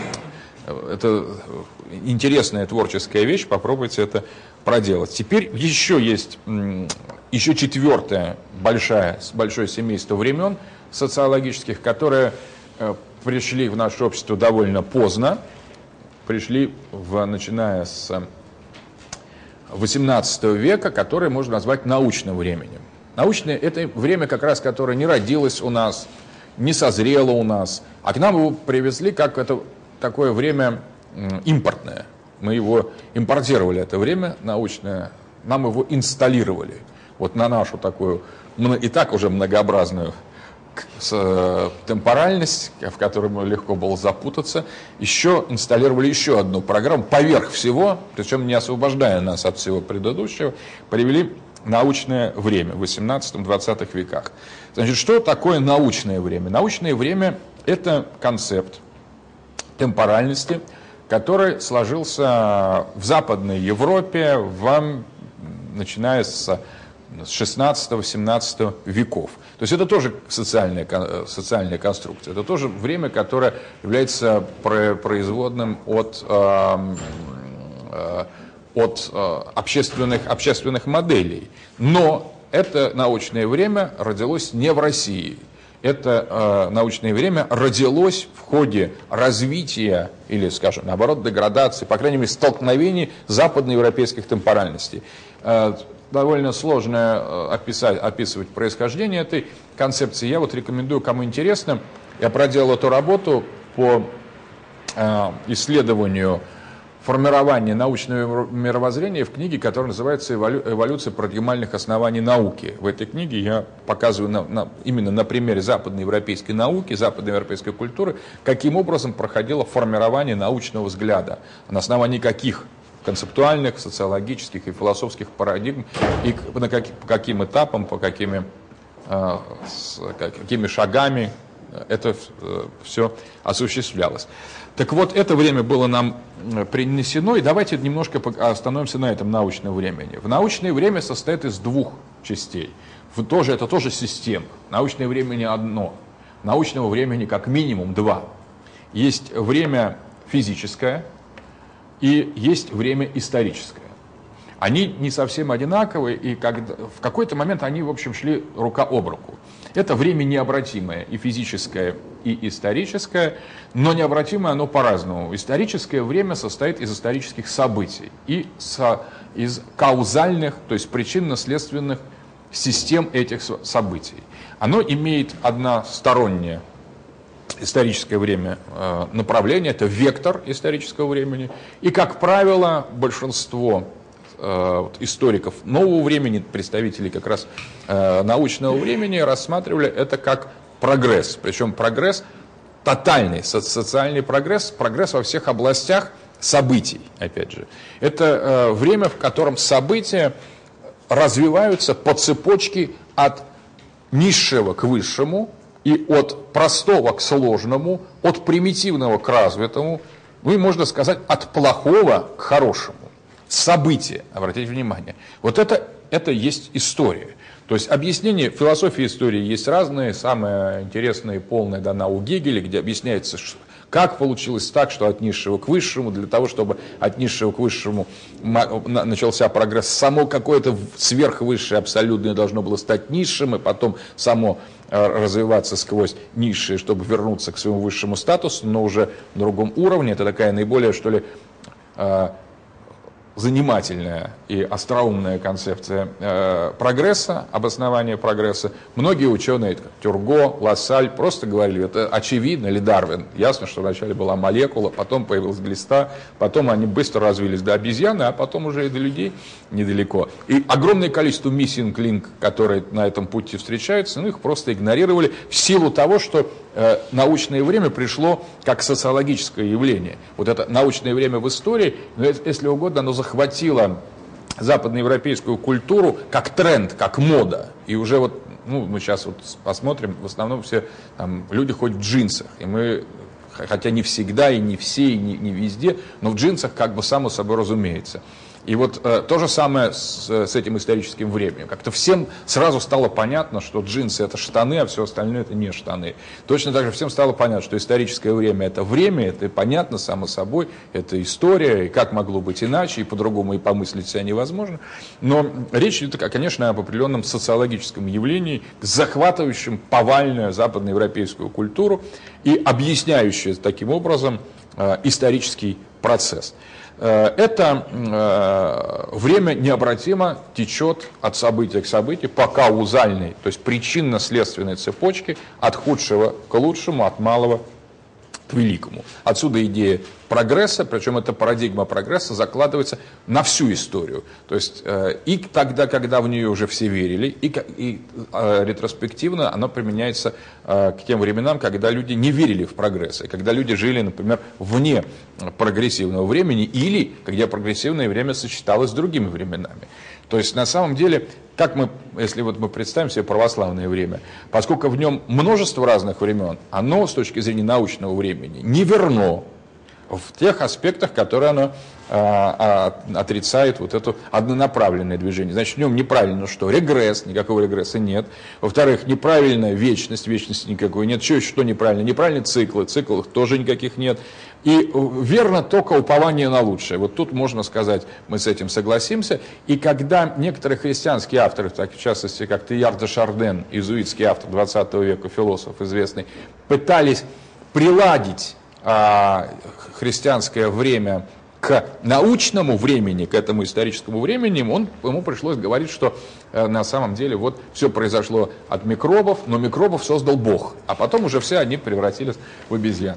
Speaker 5: это интересная творческая вещь, попробуйте это проделать. Теперь еще есть э, еще четвертое большое, большое семейство времен социологических, которые э, пришли в наше общество довольно поздно, пришли, в, начиная с восемнадцатого века, которое можно назвать научным временем. Научное – это время, как раз, которое не родилось у нас, не созрело у нас, а к нам его привезли как это, такое время импортное. Мы его импортировали, это время научное, нам его инсталлировали. Вот на нашу такую, и так уже многообразную темпоральность, в которой легко было запутаться, еще инсталлировали еще одну программу, поверх всего, причем не освобождая нас от всего предыдущего, привели научное время в восемнадцатом-двадцатом веках. Значит, что такое научное время? Научное время – это концепт темпоральности, который сложился в Западной Европе, в, начиная с шестнадцатого-семнадцатого веков. То есть это тоже социальная, социальная конструкция, это тоже время, которое является производным от, от общественных, общественных моделей. Но это научное время родилось не в России. Это научное время родилось в ходе развития или, скажем, наоборот, деградации, по крайней мере, столкновений западноевропейских темпоральностей. Довольно сложно описать, описывать происхождение этой концепции. Я вот рекомендую, кому интересно, я проделал эту работу по э, исследованию формирования научного мировоззрения в книге, которая называется «Эволюция парадигмальных оснований науки». В этой книге я показываю на, на, именно на примере западноевропейской науки, западноевропейской культуры, каким образом проходило формирование научного взгляда, на основании каких концептуальных, социологических и философских парадигм, и по каким этапам, по какими, с какими шагами это все осуществлялось. Так вот, это время было нам принесено, и давайте немножко остановимся на этом научном времени. В научное время состоит из двух частей. Тоже, это тоже система. Научное время не одно. Научного времени как минимум два. Есть время физическое, и есть время историческое. Они не совсем одинаковые, и когда, в какой-то момент они, в общем, шли рука об руку. Это время необратимое, и физическое, и историческое, но необратимое оно по-разному. Историческое время состоит из исторических событий и со, из каузальных, то есть причинно-следственных систем этих событий. Оно имеет одностороннее историческое время э, направление, это вектор исторического времени, и, как правило, большинство Вот, историков нового времени, представителей как раз э, научного времени рассматривали это как прогресс. Причем прогресс тотальный, со социальный прогресс, прогресс во всех областях событий, опять же. Это э, время, в котором события развиваются по цепочке от низшего к высшему и от простого к сложному, от примитивного к развитому, ну и, можно сказать, от плохого к хорошему. События, обратите внимание. Вот это, это есть история. То есть объяснение философии истории есть разные. Самое интересное и полное дано у Гегеля, где объясняется, как получилось так, что от низшего к высшему, для того, чтобы от низшего к высшему начался прогресс, само какое-то сверхвысшее абсолютное должно было стать низшим, и потом само развиваться сквозь низшее, чтобы вернуться к своему высшему статусу, но уже на другом уровне. Это такая наиболее, что ли, занимательная и остроумная концепция э, прогресса, обоснования прогресса. Многие ученые, как Тюрго, Лассаль, просто говорили, это очевидно, или Дарвин. Ясно, что вначале была молекула, потом появилась глиста, потом они быстро развились до обезьяны, а потом уже и до людей недалеко. И огромное количество missing link, которые на этом пути встречаются, ну, их просто игнорировали в силу того, что э, научное время пришло как социологическое явление. Вот это научное время в истории, ну, если угодно, оно захватило западноевропейскую культуру как тренд, как мода. И уже вот, ну, мы сейчас вот посмотрим, в основном все там, люди ходят в джинсах. И мы, хотя не всегда, и не все, и не, не везде, но в джинсах как бы само собой разумеется. И вот э, то же самое с, с этим историческим временем. Как-то всем сразу стало понятно, что джинсы это штаны, а все остальное это не штаны. Точно так же всем стало понятно, что историческое время это время, это понятно само собой, это история, и как могло быть иначе, и по-другому и помыслить себя невозможно. Но речь идет, конечно, об определенном социологическом явлении, захватывающем повальную западноевропейскую культуру и объясняющее таким образом э, исторический процесс. Это э, время необратимо течет от события к событию по каузальной, то есть причинно-следственной цепочке от худшего к лучшему, от малого к великому. Отсюда идея прогресса, причем эта парадигма прогресса закладывается на всю историю. То есть э, и тогда, когда в нее уже все верили, и, и э, ретроспективно она применяется э, к тем временам, когда люди не верили в прогресс, и когда люди жили, например, вне прогрессивного времени, или когда прогрессивное время сочеталось с другими временами. То есть на самом деле, как мы, если вот мы представим себе православное время, поскольку в нем множество разных времен, оно с точки зрения научного времени не верно в тех аспектах, которые оно а, а, отрицает вот это однонаправленное движение. Значит, в нем неправильно что? Регресс, никакого регресса нет. Во-вторых, неправильная вечность, вечности никакой нет. Что еще что неправильно? Неправильные циклы, циклов тоже никаких нет. И верно только упование на лучшее. Вот тут можно сказать, мы с этим согласимся. И когда некоторые христианские авторы, так в частности, как Теилхард де Шарден, иезуитский автор двадцатого века, философ известный, пытались приладить а, христианское время к научному времени, к этому историческому времени, он, ему пришлось говорить, что э, на самом деле вот все произошло от микробов, но микробов создал Бог, а потом уже все они превратились в обезьян.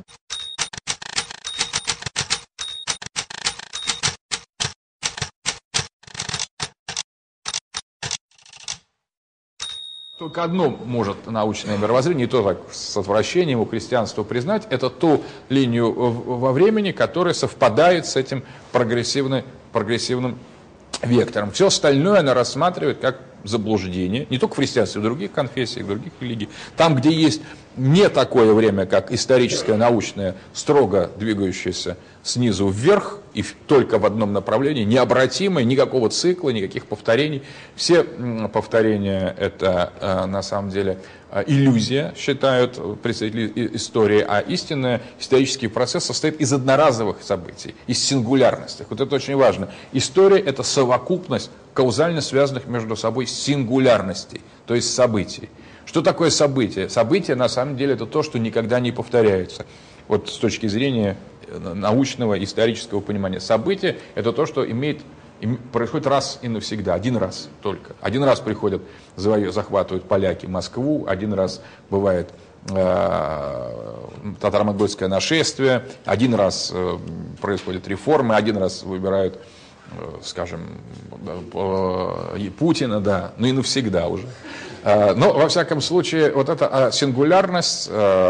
Speaker 5: Только одно может научное мировоззрение, и то так с отвращением у христианства признать, это ту линию во времени, которая совпадает с этим прогрессивным, прогрессивным вектором. Все остальное она рассматривает как заблуждение, не только в христианстве, в других конфессиях, в других религиях. Там, где есть не такое время, как историческое, научное, строго двигающееся снизу вверх и только в одном направлении, необратимое, никакого цикла, никаких повторений. Все повторения – это на самом деле иллюзия, считают представители истории, а истинный исторический процесс состоит из одноразовых событий, из сингулярностей. Вот это очень важно. История – это совокупность каузально связанных между собой сингулярностей, то есть событий. Что такое событие? Событие, на самом деле, это то, что никогда не повторяется. Вот с точки зрения научного, исторического понимания. Событие – это то, что имеет, происходит раз и навсегда, один раз только. Один раз приходят, захватывают поляки Москву, один раз бывает татаро-монгольское нашествие, один раз происходят реформы, один раз выбирают, скажем, Путина, да, ну и навсегда уже. Но, во всяком случае, вот эта сингулярность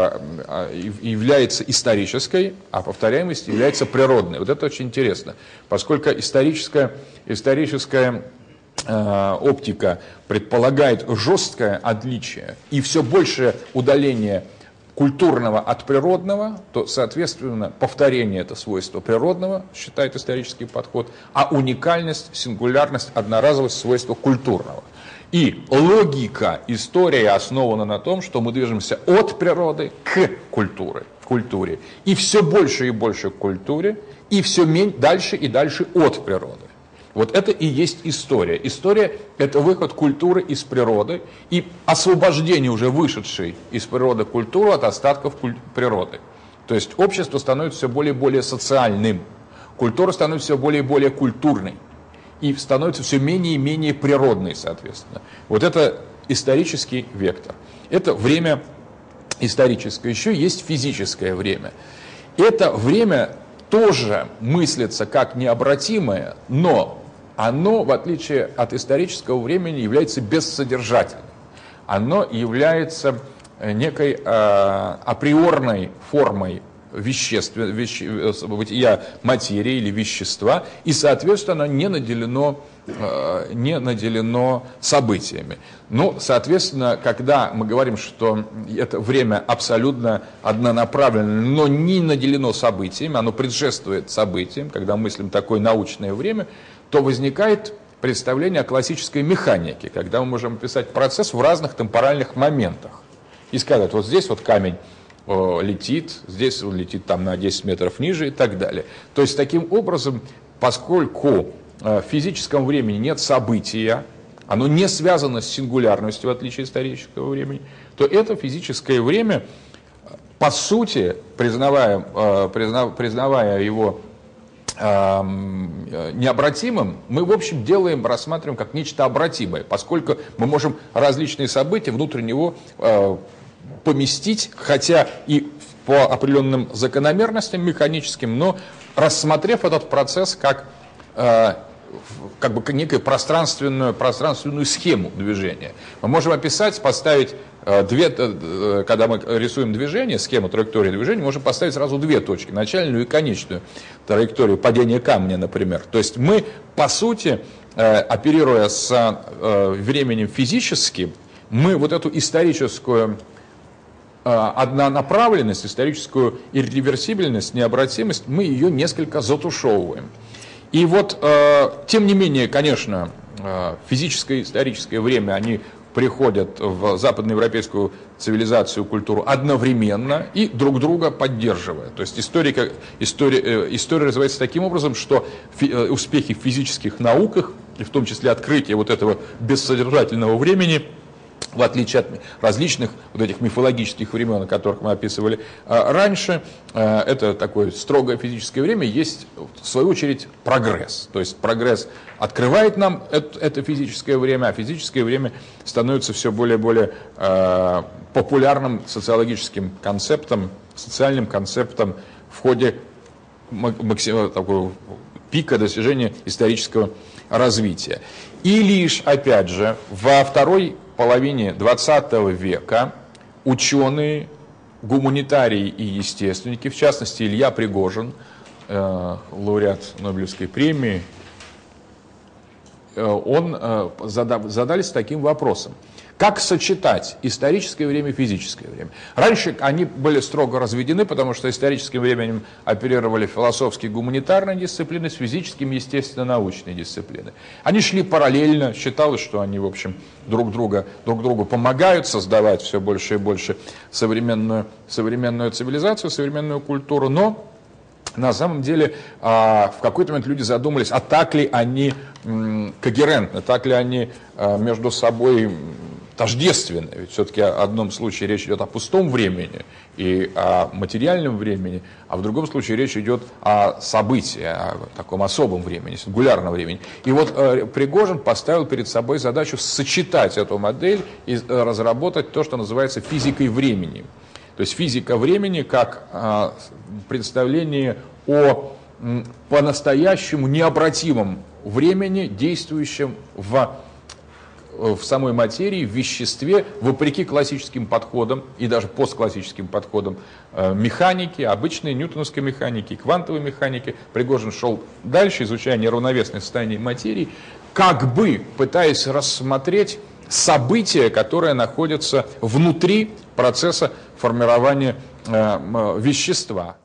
Speaker 5: является исторической, а повторяемость является природной. Вот это очень интересно, поскольку историческая, историческая оптика предполагает жесткое отличие и все большее удаление культурного от природного, то, соответственно, повторение – это свойство природного, считает исторический подход, а уникальность, сингулярность, одноразовость – свойство культурного. И логика истории основана на том, что мы движемся от природы к культуре, культуре. И все больше и больше к культуре, и все меньше, дальше и дальше от природы. Вот это и есть история. История – это выход культуры из природы и освобождение уже вышедшей из природы культуры от остатков куль- природы. То есть общество становится все более и более социальным, культура становится все более и более культурной и становится все менее и менее природной, соответственно. Вот это исторический вектор. Это время историческое. Еще есть физическое время. Это время тоже мыслится как необратимое, но оно, в отличие от исторического времени, является бессодержательным. Оно является некой э, априорной формой веществ, веще, бытия материи или вещества, и, соответственно, не наделено, э, не наделено событиями. Ну, соответственно, когда мы говорим, что это время абсолютно однонаправленное, но не наделено событиями, оно предшествует событиям, когда мыслим такое научное время, то возникает представление о классической механике, когда мы можем описать процесс в разных темпоральных моментах. И сказать, вот здесь вот камень о, летит, здесь он летит там на десять метров ниже и так далее. То есть таким образом, поскольку э, в физическом времени нет события, оно не связано с сингулярностью, в отличие от исторического времени, то это физическое время, по сути, признавая, э, признав, признавая его э, необратимым, мы, в общем, делаем, рассматриваем как нечто обратимое, поскольку мы можем различные события внутрь него э, поместить, хотя и по определенным закономерностям механическим, но рассмотрев этот процесс как, э, как бы некую пространственную, пространственную схему движения. Мы можем описать, поставить э, две, э, когда мы рисуем движение, схему траектории движения, можем поставить сразу две точки, начальную и конечную траекторию падения камня, например. То есть мы, по сути, э, оперируя с э, временем физическим, мы вот эту историческую однонаправленность, историческую ирреверсибельность, необратимость, мы ее несколько затушевываем. И вот, тем не менее, конечно, физическое и историческое время, они приходят в западноевропейскую цивилизацию, культуру одновременно и друг друга поддерживая. То есть история, история, история развивается таким образом, что фи, успехи в физических науках, и в том числе открытие вот этого бессодержательного времени, в отличие от различных вот этих мифологических времен, о которых мы описывали раньше, это такое строгое физическое время, есть, в свою очередь, прогресс. То есть прогресс открывает нам это, это физическое время, а физическое время становится все более и более популярным социологическим концептом, социальным концептом в ходе максимум, такого пика достижения исторического развития. И лишь, опять же, во второй половине двадцатого века ученые, гуманитарии и естественники, в частности Илья Пригожин, э, лауреат Нобелевской премии, э, он э, задав, задались таким вопросом: как сочетать историческое время и физическое время? Раньше они были строго разведены, потому что историческим временем оперировали философские, гуманитарные дисциплины с физическими, естественно-научные дисциплины. Они шли параллельно, считалось, что они, в общем, друг, друга, друг другу помогают создавать все больше и больше современную, современную цивилизацию, современную культуру, но на самом деле в какой-то момент люди задумались, а так ли они когерентны, так ли они между собой тождественны. Ведь все-таки в одном случае речь идет о пустом времени и о материальном времени, а в другом случае речь идет о событии, о таком особом времени, сингулярном времени. И вот э, Пригожин поставил перед собой задачу сочетать эту модель и э, разработать то, что называется физикой времени. То есть физика времени как э, представление о э, по-настоящему необратимом времени, действующем в в самой материи, в веществе, вопреки классическим подходам и даже постклассическим подходам э, механики, обычной ньютоновской механики, квантовой механики. Пригожин шел дальше, изучая неравновесное состояние материи, как бы пытаясь рассмотреть события, которые находятся внутри процесса формирования э, вещества.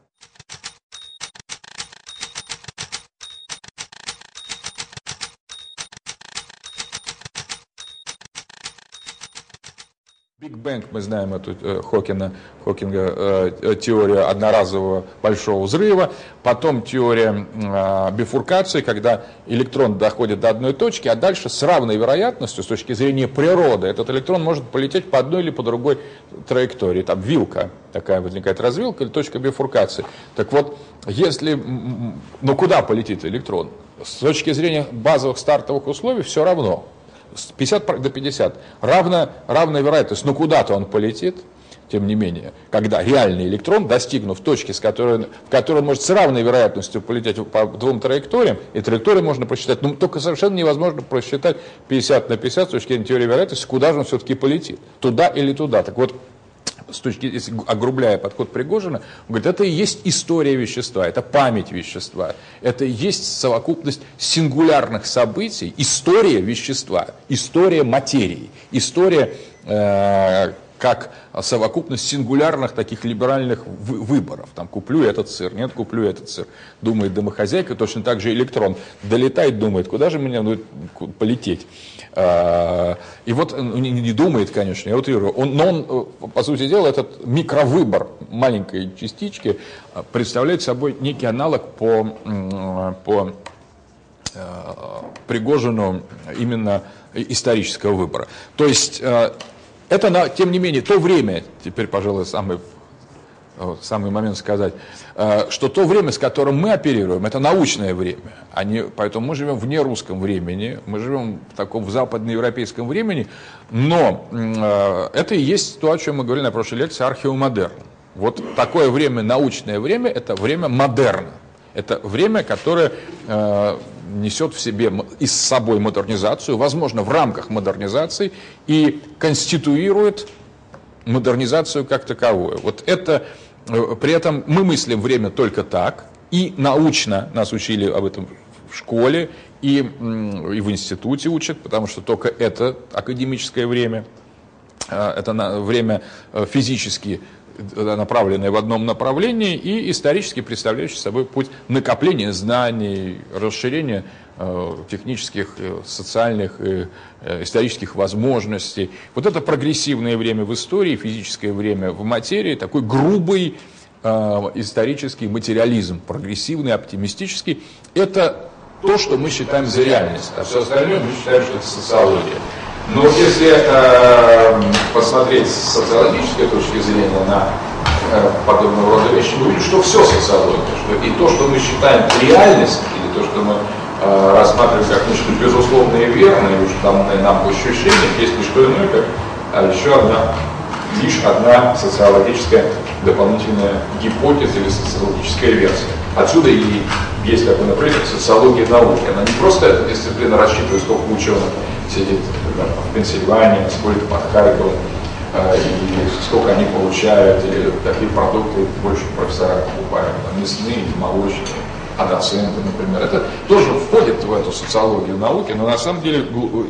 Speaker 5: Биг Бэнг, мы знаем эту э, Хокина, Хокинга, э, теорию одноразового большого взрыва, потом теория э, бифуркации, когда электрон доходит до одной точки, а дальше с равной вероятностью, с точки зрения природы, этот электрон может полететь по одной или по другой траектории. Там вилка, такая возникает развилка или точка бифуркации. Так вот, если, ну куда полетит электрон? С точки зрения базовых стартовых условий все равно. пятьдесят до пятидесяти, равна, равная вероятность, но куда-то он полетит, тем не менее, когда реальный электрон, достигнув точки, с которой, в которой он может с равной вероятностью полететь по двум траекториям, и траектории можно просчитать, но только совершенно невозможно просчитать пятьдесят на пятьдесят с точки зрения теории вероятности, куда же он все-таки полетит, туда или туда. Так вот, с точки, если огрубляя подход Пригожина, он говорит, это и есть история вещества, это память вещества, это и есть совокупность сингулярных событий, история вещества, история материи, история э, как совокупность сингулярных таких либеральных выборов. Там куплю этот сыр, нет, куплю этот сыр. Думает домохозяйка, точно так же электрон долетает, думает, куда же мне ну, полететь. И вот не думает, конечно, я утрирую, он, но он, по сути дела, этот микровыбор маленькой частички представляет собой некий аналог по, по Пригожину именно исторического выбора. То есть это, тем не менее, то время, теперь, пожалуй, самый, самый момент сказать, что то время, с которым мы оперируем, это научное время. А не, поэтому мы живем в нерусском времени, мы живем в таком в западноевропейском времени, но это и есть то, о чем мы говорили на прошлой лекции, археомодерн. Вот такое время, научное время, это время модерна. Это время, которое э, несет в себе и с собой модернизацию, возможно, в рамках модернизации, и конституирует модернизацию как таковую. Вот это, э, при этом мы мыслим время только так, и научно нас учили об этом в школе, и, э, и в институте учат, потому что только это академическое время, э, это на, время э, физически направленные в одном направлении и исторически представляющие собой путь накопления знаний, расширения э, технических, э, социальных, э, исторических возможностей. Вот это прогрессивное время в истории, физическое время в материи, такой грубый э, исторический материализм, прогрессивный, оптимистический. Это то, что мы считаем за реальность, а все остальное мы считаем, что это социология. Но если э, посмотреть с социологической точки зрения на э, подобного рода вещи, мы видим, что все социология, что и то, что мы считаем реальность, или то, что мы э, рассматриваем как нечто безусловное и верное, и уж данное нам по ощущениям, есть не что иное, как а еще одна, лишь одна социологическая дополнительная гипотеза или социологическая версия. Отсюда и есть такой, например, социология науки. Она не просто эта дисциплина рассчитывает, сколько ученых сидит, например, в Пенсильвании, сколько под Харьковом, э, и сколько они получают, или какие продукты больше профессора покупают, там, мясные, молочные, а доценты, например. Это тоже входит в эту социологию науки, но на самом деле,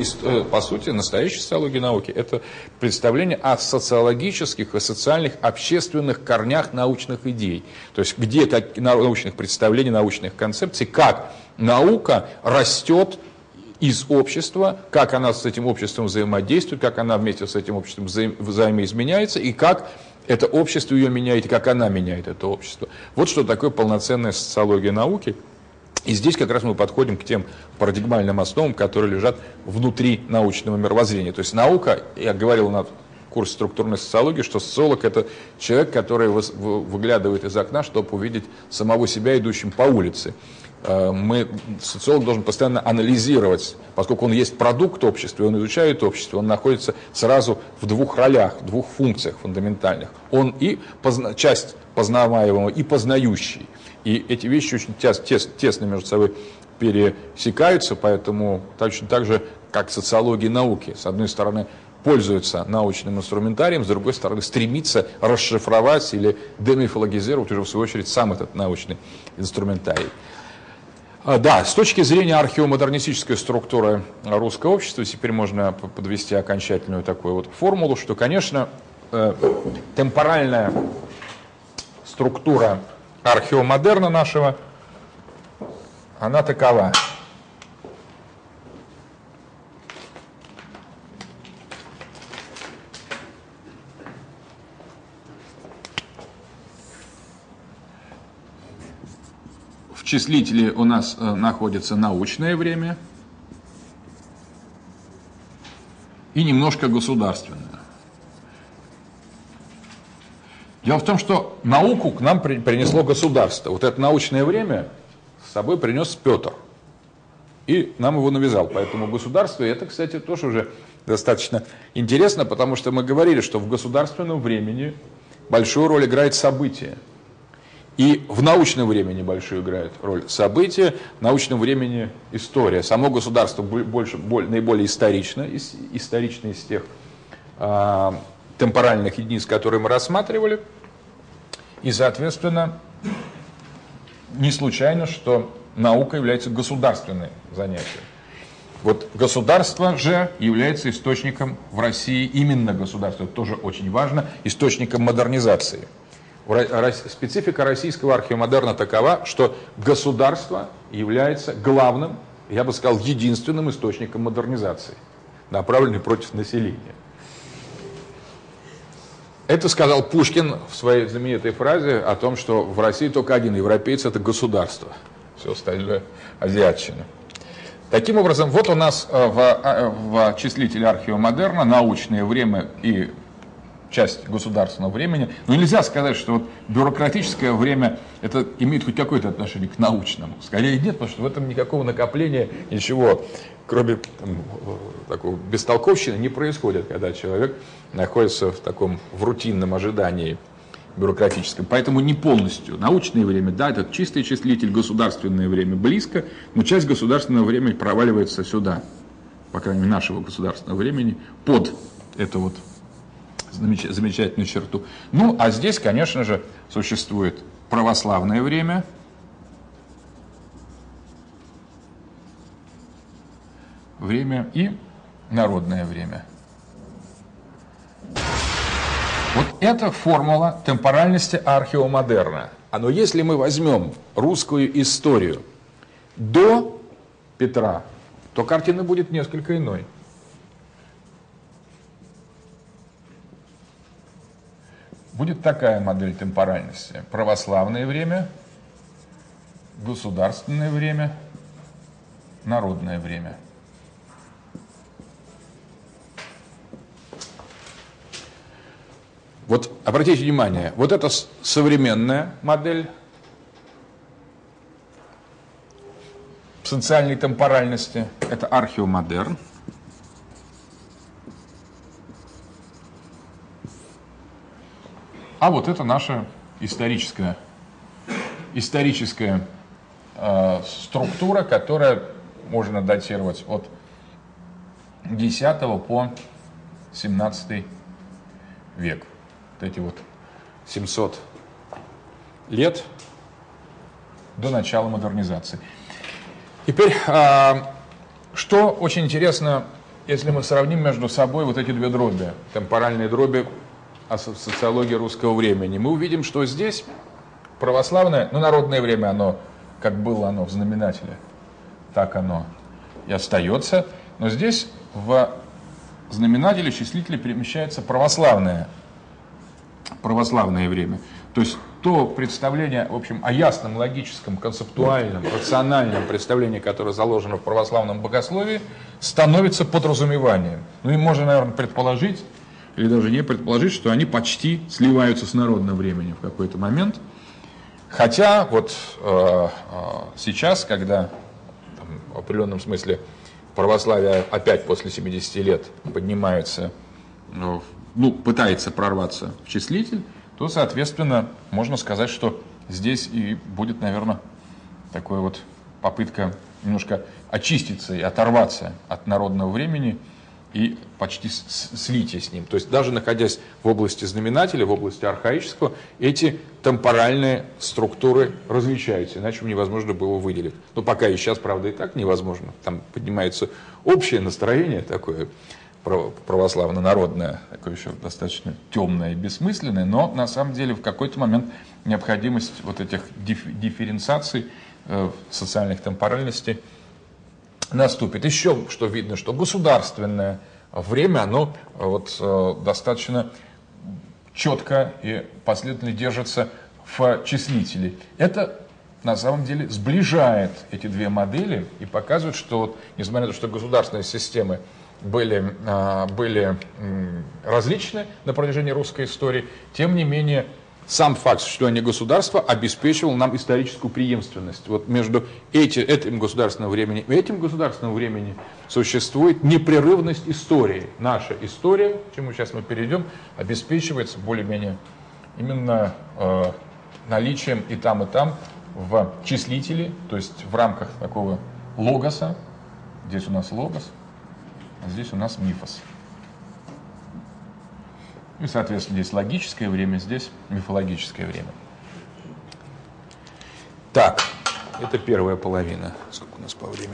Speaker 5: по сути, настоящая социология науки – это представление о социологических и социальных общественных корнях научных идей. То есть где научных представлений, научных концепций, как наука растет из общества, как она с этим обществом взаимодействует, как она вместе с этим обществом взаим, взаимоизменяется, и как это общество ее меняет, и как она меняет это общество. Вот что такое полноценная социология науки. И здесь как раз мы подходим к тем парадигмальным основам, которые лежат внутри научного мировоззрения. То есть наука, я говорил на курсе структурной социологии, что социолог – это человек, который выглядывает из окна, чтобы увидеть самого себя, идущим по улице. Мы, социолог должен постоянно анализировать, поскольку он есть продукт общества, он изучает общество, он находится сразу в двух ролях, в двух функциях фундаментальных. Он и позна, часть познаваемого, и познающий. И эти вещи очень тес, тес, тесно между собой пересекаются, поэтому точно так же, как социология науки, с одной стороны, пользуется научным инструментарием, с другой стороны, стремится расшифровать или демифологизировать уже в свою очередь сам этот научный инструментарий. Да, с точки зрения археомодернистической структуры русского общества, теперь можно подвести окончательную такую вот формулу, что, конечно, темпоральная структура археомодерна нашего, она такова. В числителе у нас находится научное время и немножко государственное. Дело в том, что науку к нам принесло государство. Вот это научное время с собой принес Петр. И нам его навязал. Поэтому государство, и это, кстати, тоже уже достаточно интересно, потому что мы говорили, что в государственном времени большую роль играет событие. И в научном времени большую играет роль события, в научном времени история. Само государство больше, наиболее исторично, исторично из тех а, темпоральных единиц, которые мы рассматривали. И, соответственно, не случайно, что наука является государственным занятием. Вот государство же является источником в России, именно государство, это тоже очень важно, источником модернизации. Специфика российского археомодерна такова, что государство является главным, я бы сказал, единственным источником модернизации, направленной против населения. Это сказал Пушкин в своей знаменитой фразе о том, что в России только один европеец – это государство, все остальное – азиатчина. Таким образом, вот у нас в, в числителе археомодерна научное время и часть государственного времени. Но нельзя сказать, что вот бюрократическое время это имеет хоть какое-то отношение к научному. Скорее нет, потому что в этом никакого накопления, ничего, кроме там, такого бестолковщины, не происходит, когда человек находится в таком в рутинном ожидании бюрократическом. Поэтому не полностью. Научное время, да, это чистый числитель, государственное время близко, но часть государственного времени проваливается сюда, по крайней мере, нашего государственного времени, под это вот замечательную черту. Ну, а здесь, конечно же, существует православное время, время и народное время. Вот это формула темпоральности археомодерна. Но если мы возьмем русскую историю до Петра, то картина будет несколько иной. Будет такая модель темпоральности. Православное время, государственное время, народное время. Вот обратите внимание, вот это современная модель социальной темпоральности, это археомодерн. А вот это наша историческая, историческая э, структура, которая можно датировать от десятого по семнадцатый век. Вот эти вот семьсот лет до начала модернизации. Теперь, э, что очень интересно, если мы сравним между собой вот эти две дроби, темпоральные дроби, социологии русского времени, мы увидим, что здесь православное, ну, народное время, оно, как было оно в знаменателе, так оно и остается, но здесь в знаменателе, числителе перемещается православное, православное время. То есть то представление, в общем, о ясном, логическом, концептуальном, рациональном представлении, которое заложено в православном богословии, становится подразумеванием. Ну и можно, наверное, предположить, или даже не предположить, что они почти сливаются с народным временем в какой-то момент. Хотя вот э, э, сейчас, когда там, в определенном смысле православие опять после семидесяти лет поднимается, ну, ну, пытается прорваться в числитель, то, соответственно, можно сказать, что здесь и будет, наверное, такая вот попытка немножко очиститься и оторваться от народного времени и почти слития с ним. То есть даже находясь в области знаменателя, в области архаического, эти темпоральные структуры различаются, иначе невозможно было выделить. Но пока и сейчас, правда, и так невозможно. Там поднимается общее настроение такое, православно-народное, такое еще достаточно темное и бессмысленное, но на самом деле в какой-то момент необходимость вот этих дифференциаций э, социальных темпоральностей наступит. Еще что видно, что государственное время, оно вот э, достаточно четко и последовательно держится в числителе. Это на самом деле сближает эти две модели и показывает, что вот, несмотря на то, что государственные системы были, были различны на протяжении русской истории, тем не менее сам факт существования государства обеспечивал нам историческую преемственность. Вот между эти, этим государственным временем и этим государственным временем существует непрерывность истории. Наша история, к чему сейчас мы перейдем, обеспечивается более-менее именно э, наличием и там, и там в числителе, то есть в рамках такого логоса. Здесь у нас логос, а здесь у нас мифос. И, соответственно, здесь логическое время, здесь мифологическое время. Так, это первая половина. Сколько у нас по времени?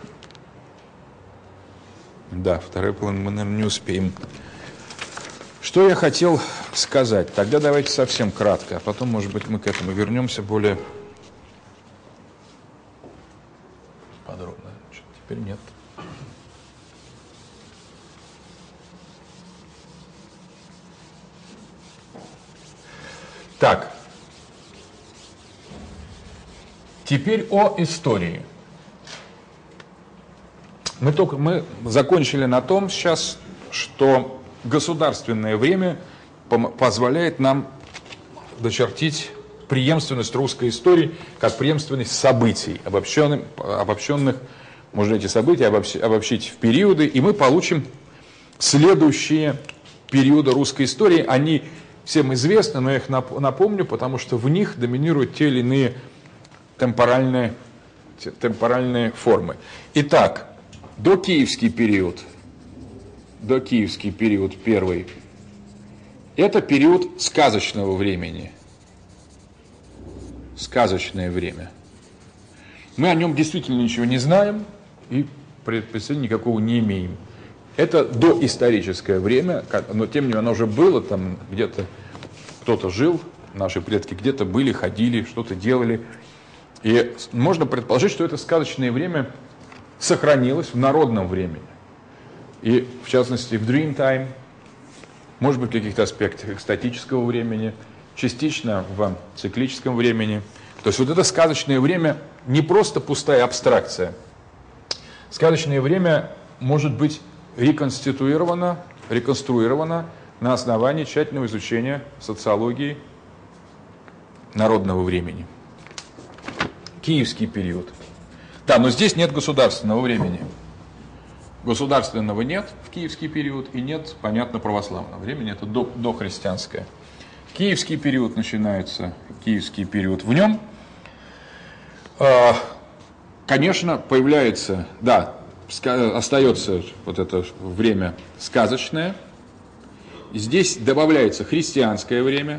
Speaker 5: Да, вторая половина мы, наверное, не успеем. Что я хотел сказать? Тогда давайте совсем кратко, а потом, может быть, мы к этому вернемся более подробно. Что-то теперь нет. Так, теперь о истории. Мы, только, мы закончили на том сейчас, что государственное время позволяет нам дочертить преемственность русской истории как преемственность событий, обобщенных, обобщенных можно эти события обобщить в периоды, и мы получим следующие периоды русской истории. Они всем известны, но я их напомню, потому что в них доминируют те или иные темпоральные, темпоральные формы. Итак, докиевский период, докиевский период первый, это период сказочного времени. Сказочное время. Мы о нем действительно ничего не знаем и представления никакого не имеем. Это доисторическое время, но тем не менее оно уже было, там где-то кто-то жил, наши предки где-то были, ходили, что-то делали. И можно предположить, что это сказочное время сохранилось в народном времени. И в частности в Dreamtime, может быть в каких-то аспектах экстатического времени, частично в циклическом времени. То есть вот это сказочное время не просто пустая абстракция. Сказочное время может быть реконституировано, реконструировано на основании тщательного изучения социологии народного времени. Киевский период. Да, но здесь нет государственного времени. Государственного нет в киевский период и нет, понятно, православного времени. Это до, дохристианское. Киевский период начинается, киевский период. В нем, э, конечно, появляется, да, остается вот это время сказочное. Здесь добавляется христианское время,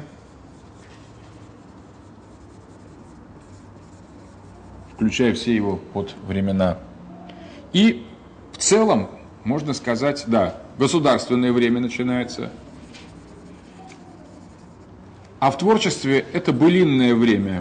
Speaker 5: включая все его подвремена. И в целом, можно сказать, да, государственное время начинается. А в творчестве это былинное время.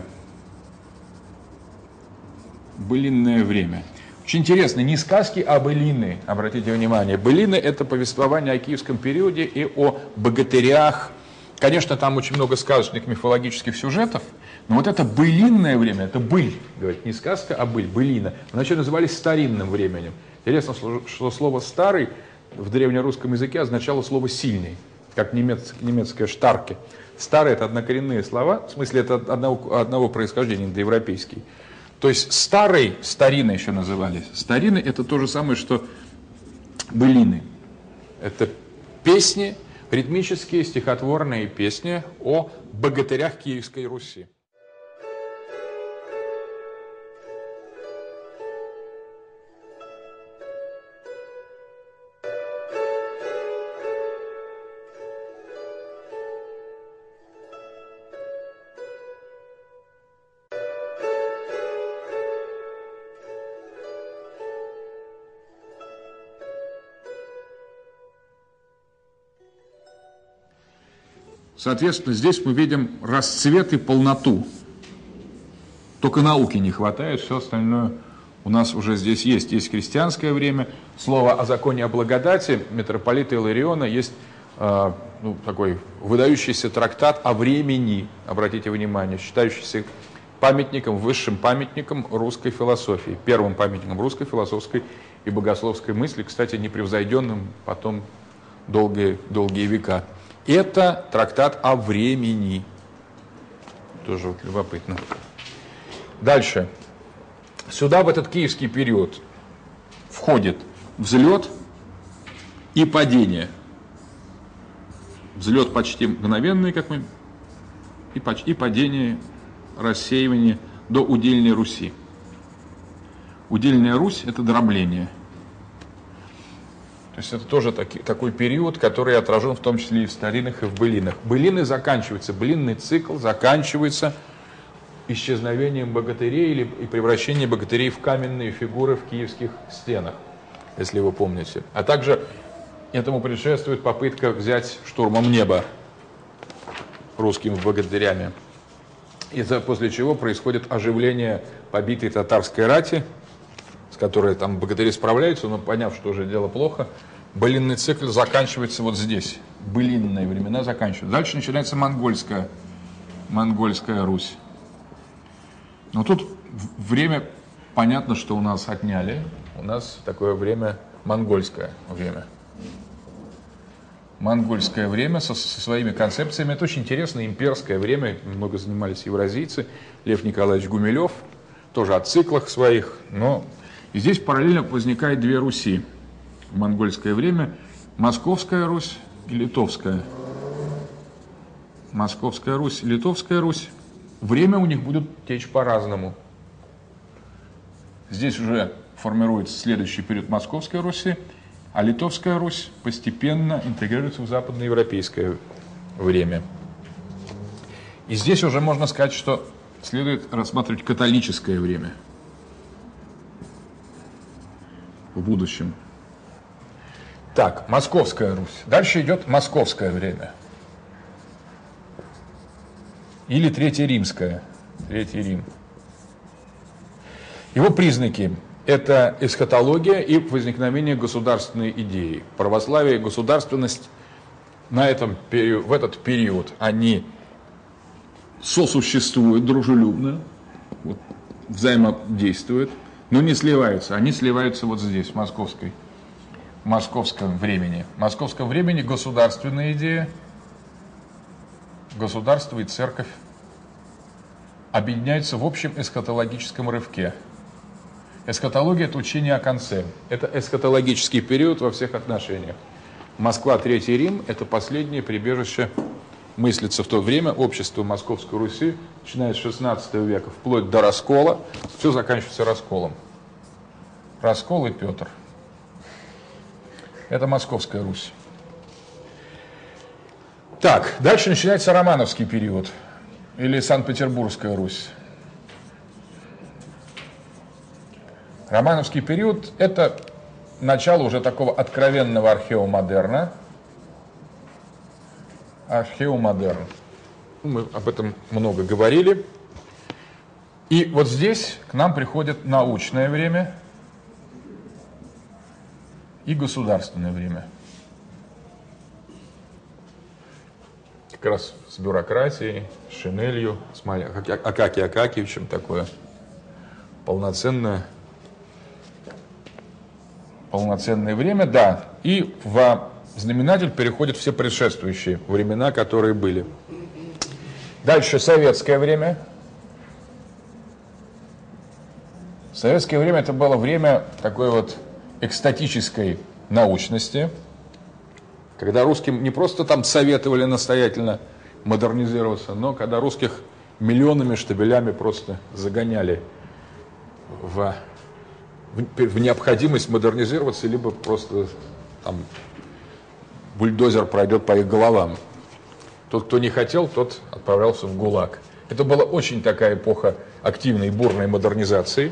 Speaker 5: Былинное время. Очень интересно, не сказки, а былины, обратите внимание. Былины – это повествование о киевском периоде и о богатырях Конечно, там очень много сказочных мифологических сюжетов, но вот это былинное время, это быль, говорит, не сказка, а быль, былина, иначе назывались старинным временем. Интересно, что слово «старый» в древнерусском языке означало слово «сильный», как немец, немецкое «штарке». Старые — это однокоренные слова, в смысле это одного, одного происхождения, индоевропейский. То есть старый, старины еще назывались. Старины — это то же самое, что былины. Это песни, ритмические, стихотворные песни о богатырях Киевской Руси. Соответственно, здесь мы видим расцвет и полноту. Только науки не хватает, все остальное у нас уже здесь есть. Есть христианское время. Слово о законе о благодати митрополита Илариона есть э, ну, такой выдающийся трактат о времени, обратите внимание, считающийся памятником, высшим памятником русской философии, первым памятником русской философской и богословской мысли, кстати, непревзойденным потом долгие, долгие века. Это трактат о времени. Тоже вот любопытно. Дальше. Сюда в этот киевский период входит взлет и падение. Взлет почти мгновенный, как мы, и, и падение, рассеивание до удельной Руси. Удельная Русь – это дробление. То есть это тоже таки, такой период, который отражен в том числе и в старинах, и в былинах. Былины заканчиваются, былинный цикл заканчивается исчезновением богатырей или и превращением богатырей в каменные фигуры в киевских стенах, если вы помните. А также этому предшествует попытка взять штурмом небо русскими богатырями. И после чего происходит оживление побитой татарской рати, с которой там богатыри справляются, но поняв, что уже дело плохо, былинный цикл заканчивается вот здесь. Былинные времена заканчиваются. Дальше начинается монгольская, монгольская Русь. Но тут время, понятно, что у нас отняли. У нас такое время монгольское время. Монгольское время со, со своими концепциями. Это очень интересное имперское время. Много занимались евразийцы. Лев Николаевич Гумилев. Тоже о циклах своих, но... И здесь параллельно возникает две Руси в монгольское время. Московская Русь и Литовская. Московская Русь и Литовская Русь. Время у них будет течь по-разному. Здесь уже формируется следующий период Московской Руси, а Литовская Русь постепенно интегрируется в западноевропейское время. И здесь уже можно сказать, что следует рассматривать католическое время в будущем. Так, Московская Русь. Дальше идет Московское время. Или Третье Римское. Третий Рим. Его признаки – это эсхатология и возникновение государственной идеи. Православие и государственность на этом, в этот период они сосуществуют дружелюбно, вот, взаимодействуют, но не сливаются. Они сливаются вот здесь, в московской, в московском времени. В московском времени государственная идея, государство и церковь объединяются в общем эсхатологическом рывке. Эсхатология – это учение о конце. Это эсхатологический период во всех отношениях. Москва, Третий Рим – это последнее прибежище мыслится в то время общество Московской Руси, начиная с шестнадцатого века, вплоть до раскола. Все заканчивается расколом. Раскол и Петр. Это Московская Русь. Так, дальше начинается Романовский период. Или Санкт-Петербургская Русь. Романовский период – это начало уже такого откровенного археомодерна. Археомодерн. Мы об этом много говорили. И вот здесь к нам приходит научное время и государственное время. как раз с бюрократией, с шинелью, с Акакием Акакиевичем такое полноценное, полноценное время, да. И в знаменатель переходят все предшествующие времена, которые были. Дальше советское время. Советское время это было время такой вот экстатической научности, когда русским не просто там советовали настоятельно модернизироваться, но когда русских миллионами штабелями просто загоняли в, в, в необходимость модернизироваться, либо просто там бульдозер пройдет по их головам. Тот, кто не хотел, тот отправлялся в ГУЛАГ. Это была очень такая эпоха активной, бурной модернизации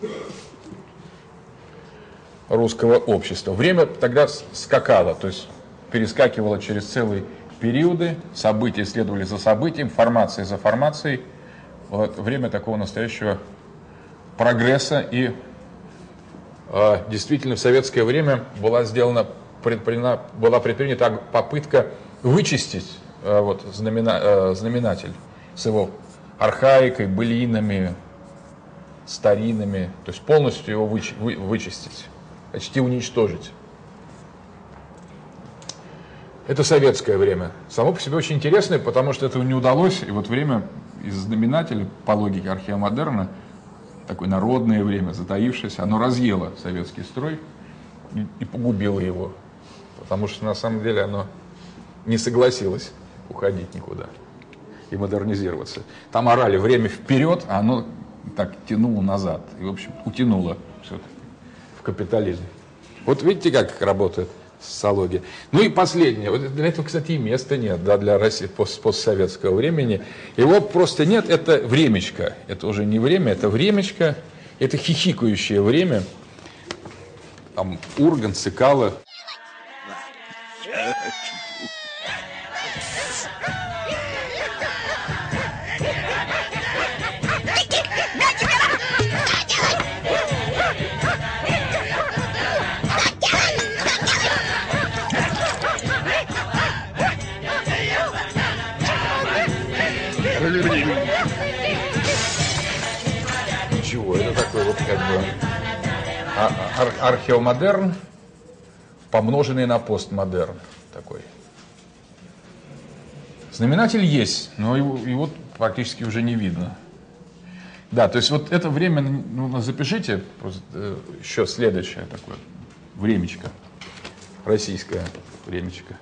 Speaker 5: русского общества. Время тогда скакало, то есть перескакивало через целые периоды, события следовали за событием, формация за формацией. Вот время такого настоящего прогресса. И э, действительно в советское время была сделана, предпринята, была предпринята попытка вычистить э, вот, знамена, э, знаменатель с его архаикой, былинами, старинами, то есть полностью его выч, вы, вычистить, почти уничтожить. Это советское время. Само по себе очень интересное, потому что этого не удалось. И вот время из знаменателя, по логике археомодерна, такое народное время, затаившееся, оно разъело советский строй и, и погубило его. Потому что на самом деле оно не согласилось уходить никуда и модернизироваться. Там орали время вперед, а оно так тянуло назад. И, в общем, утянуло все-таки в капитализм. Вот видите, как работает социология. Ну и последнее. Вот для этого, кстати, и места нет, да, для России пост- постсоветского времени. Его просто нет. Это времечко. Это уже не время, это времечко. Это хихикающее время. Там Ургант, Цикало. Ничего, это такой вот как бы ар- археомодерн, помноженный на постмодерн такой. Знаменатель есть, но его, его практически уже не видно. Да, то есть вот это время, ну, запишите просто, э, еще следующее такое времечко, российское времечко.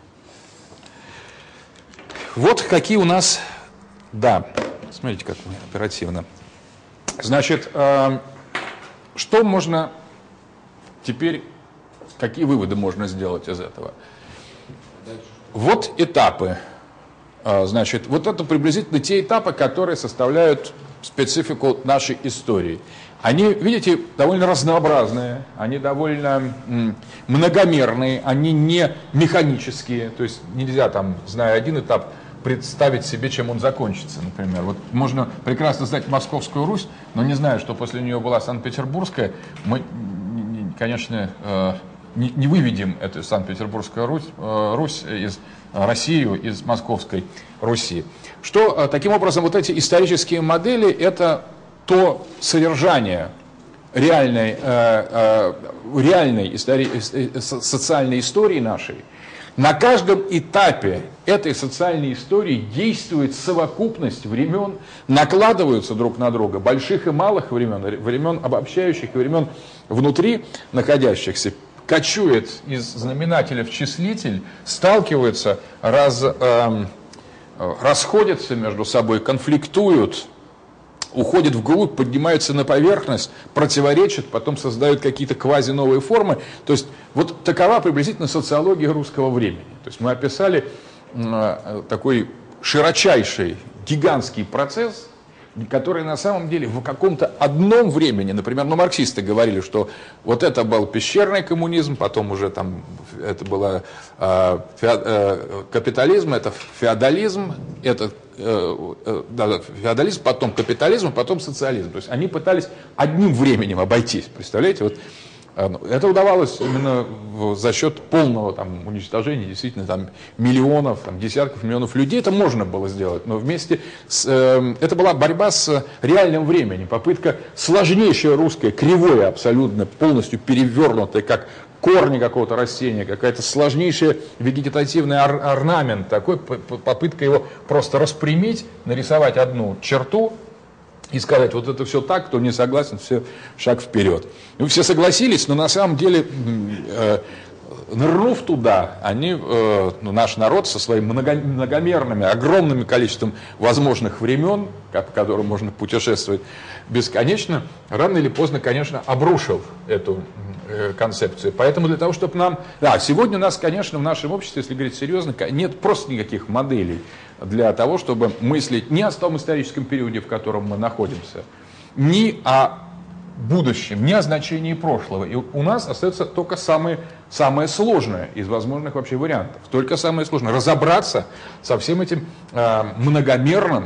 Speaker 5: Вот какие у нас, да, смотрите, как мы оперативно. Значит, э, что можно теперь, какие выводы можно сделать из этого? Вот этапы. Э, значит, вот это приблизительно те этапы, которые составляют специфику нашей истории. Они, видите, довольно разнообразные, они довольно м, многомерные, они не механические, то есть нельзя там, зная один этап, представить себе, чем он закончится, например. Вот можно прекрасно знать Московскую Русь, но не зная, что после нее была Санкт-Петербургская, мы, конечно, не, не выведем эту Санкт-Петербургскую Русь, Русь из Россию из Московской Руси. Что, таким образом, вот эти исторические модели – это то содержание реальной, реальной истори, социальной истории нашей. На каждом этапе этой социальной истории действует совокупность времен, накладываются друг на друга, больших и малых времен, времен обобщающих и времен внутри находящихся, кочует из знаменателя в числитель, сталкиваются, раз, э, расходятся между собой, конфликтуют, уходят вглубь, поднимаются на поверхность, противоречат, потом создают какие-то квази-новые формы. То есть вот такова приблизительно социология русского времени. То есть мы описали э, такой широчайший, гигантский процесс, который на самом деле в каком-то одном времени, например, ну, марксисты говорили, что вот это был пещерный коммунизм, потом уже там это был э, э, капитализм, это феодализм, это э, э, да, феодализм, потом капитализм, потом социализм. То есть они пытались одним временем обойтись, представляете? Вот Это удавалось именно за счет полного там, уничтожения действительно там, миллионов, там, десятков миллионов людей. Это можно было сделать, но вместе с, э, это была борьба с реальным временем, попытка сложнейшее русское, кривое абсолютно, полностью перевернутое, как корни какого-то растения, какая-то сложнейшая вегетативный ор- орнамент, такой, попытка его просто распрямить, нарисовать одну черту, и сказать, вот это все так, кто не согласен, все, шаг вперед. И все согласились, но на самом деле, э, нырнув туда, они, э, ну, наш народ со своим много, многомерными, огромным количеством возможных времен, по которым можно путешествовать бесконечно, рано или поздно, конечно, обрушил эту э, концепцию. Поэтому для того, чтобы нам... Да, сегодня у нас, конечно, в нашем обществе, если говорить серьезно, нет просто никаких моделей для того, чтобы мыслить ни о том историческом периоде, в котором мы находимся, ни о будущем, ни о значении прошлого. И у нас остается только самое, самое сложное из возможных вообще вариантов. Только самое сложное. Разобраться со всем этим э, многомерным,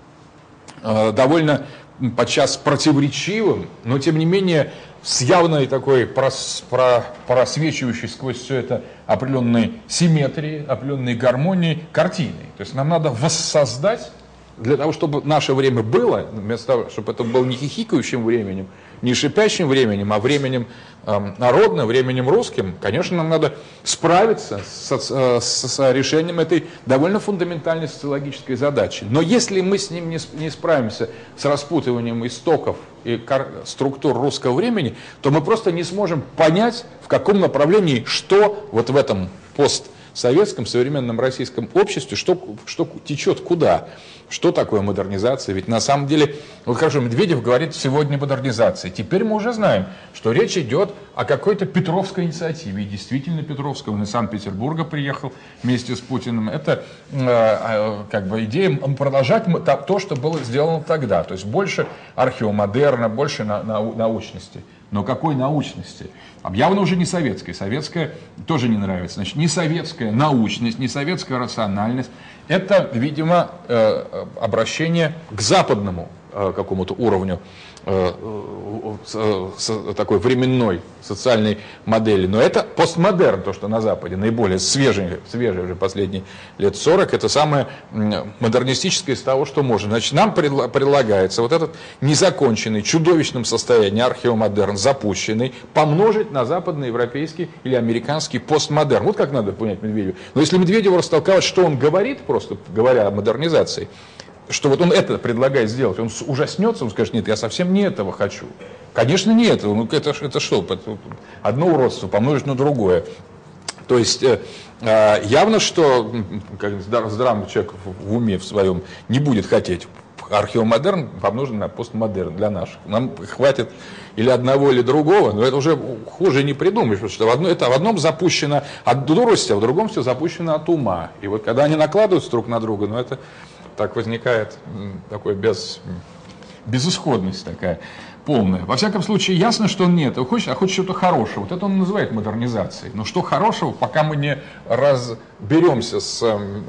Speaker 5: э, довольно подчас противоречивым, но тем не менее с явной такой прос, про, просвечивающей сквозь все это определенной симметрией, определенной гармонией картиной. То есть нам надо воссоздать, для того, чтобы наше время было, вместо того, чтобы это было не хихикающим временем, не шипящим временем, а временем э, народным, временем русским, конечно, нам надо справиться с, с, с решением этой довольно фундаментальной социологической задачи. Но если мы с ним не, не справимся, с распутыванием истоков и кар- структур русского времени, то мы просто не сможем понять, в каком направлении, что вот в этом постсоветском современном российском обществе, что, что течет куда. Что такое модернизация? Ведь на самом деле, вот хорошо, Медведев говорит сегодня модернизации. Теперь мы уже знаем, что речь идет о какой-то петровской инициативе. И действительно петровская. Он из Санкт-Петербурга приехал вместе с Путиным. Это э, как бы идея продолжать то, что было сделано тогда. То есть больше археомодерна, больше на, на, научности. Но какой научности? Явно уже не советской. Советская тоже не нравится. Значит, не советская научность, не советская рациональность. Это, видимо, обращение к западному какому-то уровню такой временной социальной модели. Но это постмодерн, то, что на Западе наиболее свежее, свежее уже последние лет сорок, это самое модернистическое из того, что можно. Значит, нам предлагается вот этот незаконченный, чудовищном состоянии археомодерн, запущенный, помножить на западноевропейский или американский постмодерн. Вот как надо понять Медведеву. Но если Медведеву растолковать, что он говорит, просто говоря о модернизации, что вот он это предлагает сделать, он ужаснется, он скажет, нет, я совсем не этого хочу. Конечно, не этого. Ну, это, это что? Одно уродство помножить на другое. То есть э, явно, что как здравый человек в уме в своем не будет хотеть археомодерн помножить на постмодерн для наших. Нам хватит или одного, или другого, но это уже хуже не придумаешь, потому что в одно, это в одном запущено от дурости, а в другом все запущено от ума. И вот когда они накладываются друг на друга, ну это... Так возникает такой без, безысходность такая полная. Во всяком случае, ясно, что он не этого хочет, а хочет что-то хорошего. Вот это он называет модернизацией. Но что хорошего, пока мы не разберемся с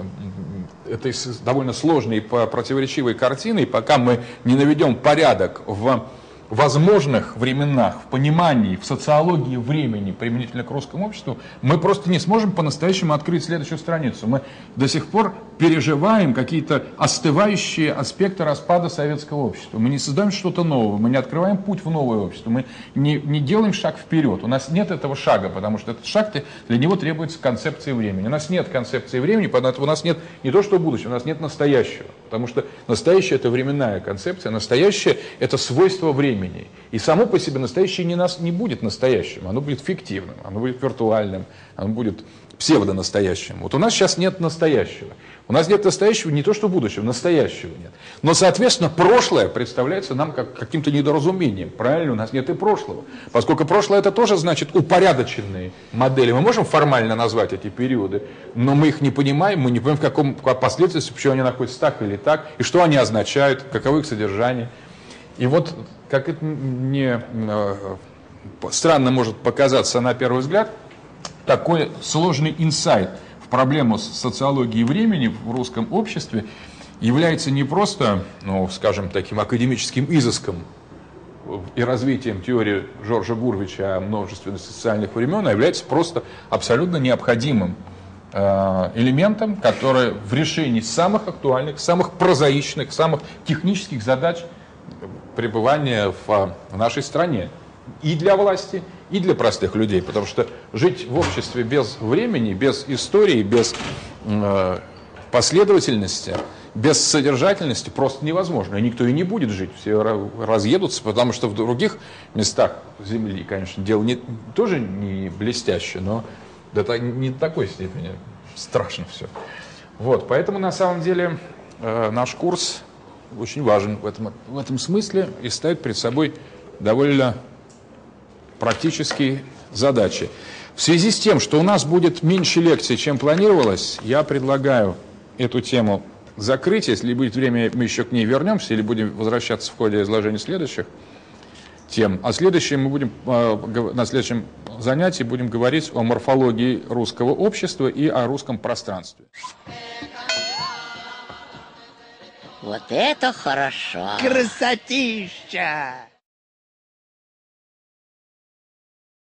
Speaker 5: этой довольно сложной и противоречивой картиной, пока мы не наведем порядок в возможных временах, в понимании, в социологии времени применительно к русскому обществу, мы просто не сможем по-настоящему открыть следующую страницу. Мы до сих пор переживаем какие-то остывающие аспекты распада советского общества. Мы не создаем что-то новое, мы не открываем путь в новое общество, мы не, не делаем шаг вперед. У нас нет этого шага, потому что этот шаг, для него требуется концепция времени. У нас нет концепции времени, потому что у нас нет не то что будущего, у нас нет настоящего. Потому что настоящее – это временная концепция, настоящее – это свойство времени. И само по себе настоящее не, нас, не будет настоящим, оно будет фиктивным, оно будет виртуальным, оно будет псевдонастоящим. Вот у нас сейчас нет настоящего. У нас нет настоящего не то что будущего, настоящего нет. Но, соответственно, прошлое представляется нам как каким-то недоразумением. Правильно, у нас нет и прошлого. Поскольку прошлое это тоже значит упорядоченные модели. Мы можем формально назвать эти периоды, но мы их не понимаем, мы не понимаем, в каком последствии, почему они находятся так или так, и что они означают, каково их содержание. И вот, как это не э, странно может показаться на первый взгляд, такой сложный инсайт в проблему социологии времени в русском обществе является не просто, ну, скажем, таким академическим изыском и развитием теории Жоржа Гурвича о множественности социальных времен является просто абсолютно необходимым элементом, который в решении самых актуальных, самых прозаичных, самых технических задач пребывания в, в нашей стране. И для власти, и для простых людей. Потому что жить в обществе без времени, без истории, без э, последовательности, без содержательности просто невозможно. И никто и не будет жить. Все разъедутся, потому что в других местах Земли, конечно, дело не, тоже не блестяще, но да, не до такой степени страшно все. Вот, поэтому на самом деле э, наш курс очень важен в этом, в этом смысле и ставит перед собой довольно практические задачи. В связи с тем, что у нас будет меньше лекций, чем планировалось, я предлагаю эту тему закрыть. Если будет время, мы еще к ней вернемся или будем возвращаться в ходе изложения следующих тем. А следующее мы будем, на следующем занятии будем говорить о морфологии русского общества и о русском пространстве.
Speaker 4: Вот это хорошо!
Speaker 2: Красотища!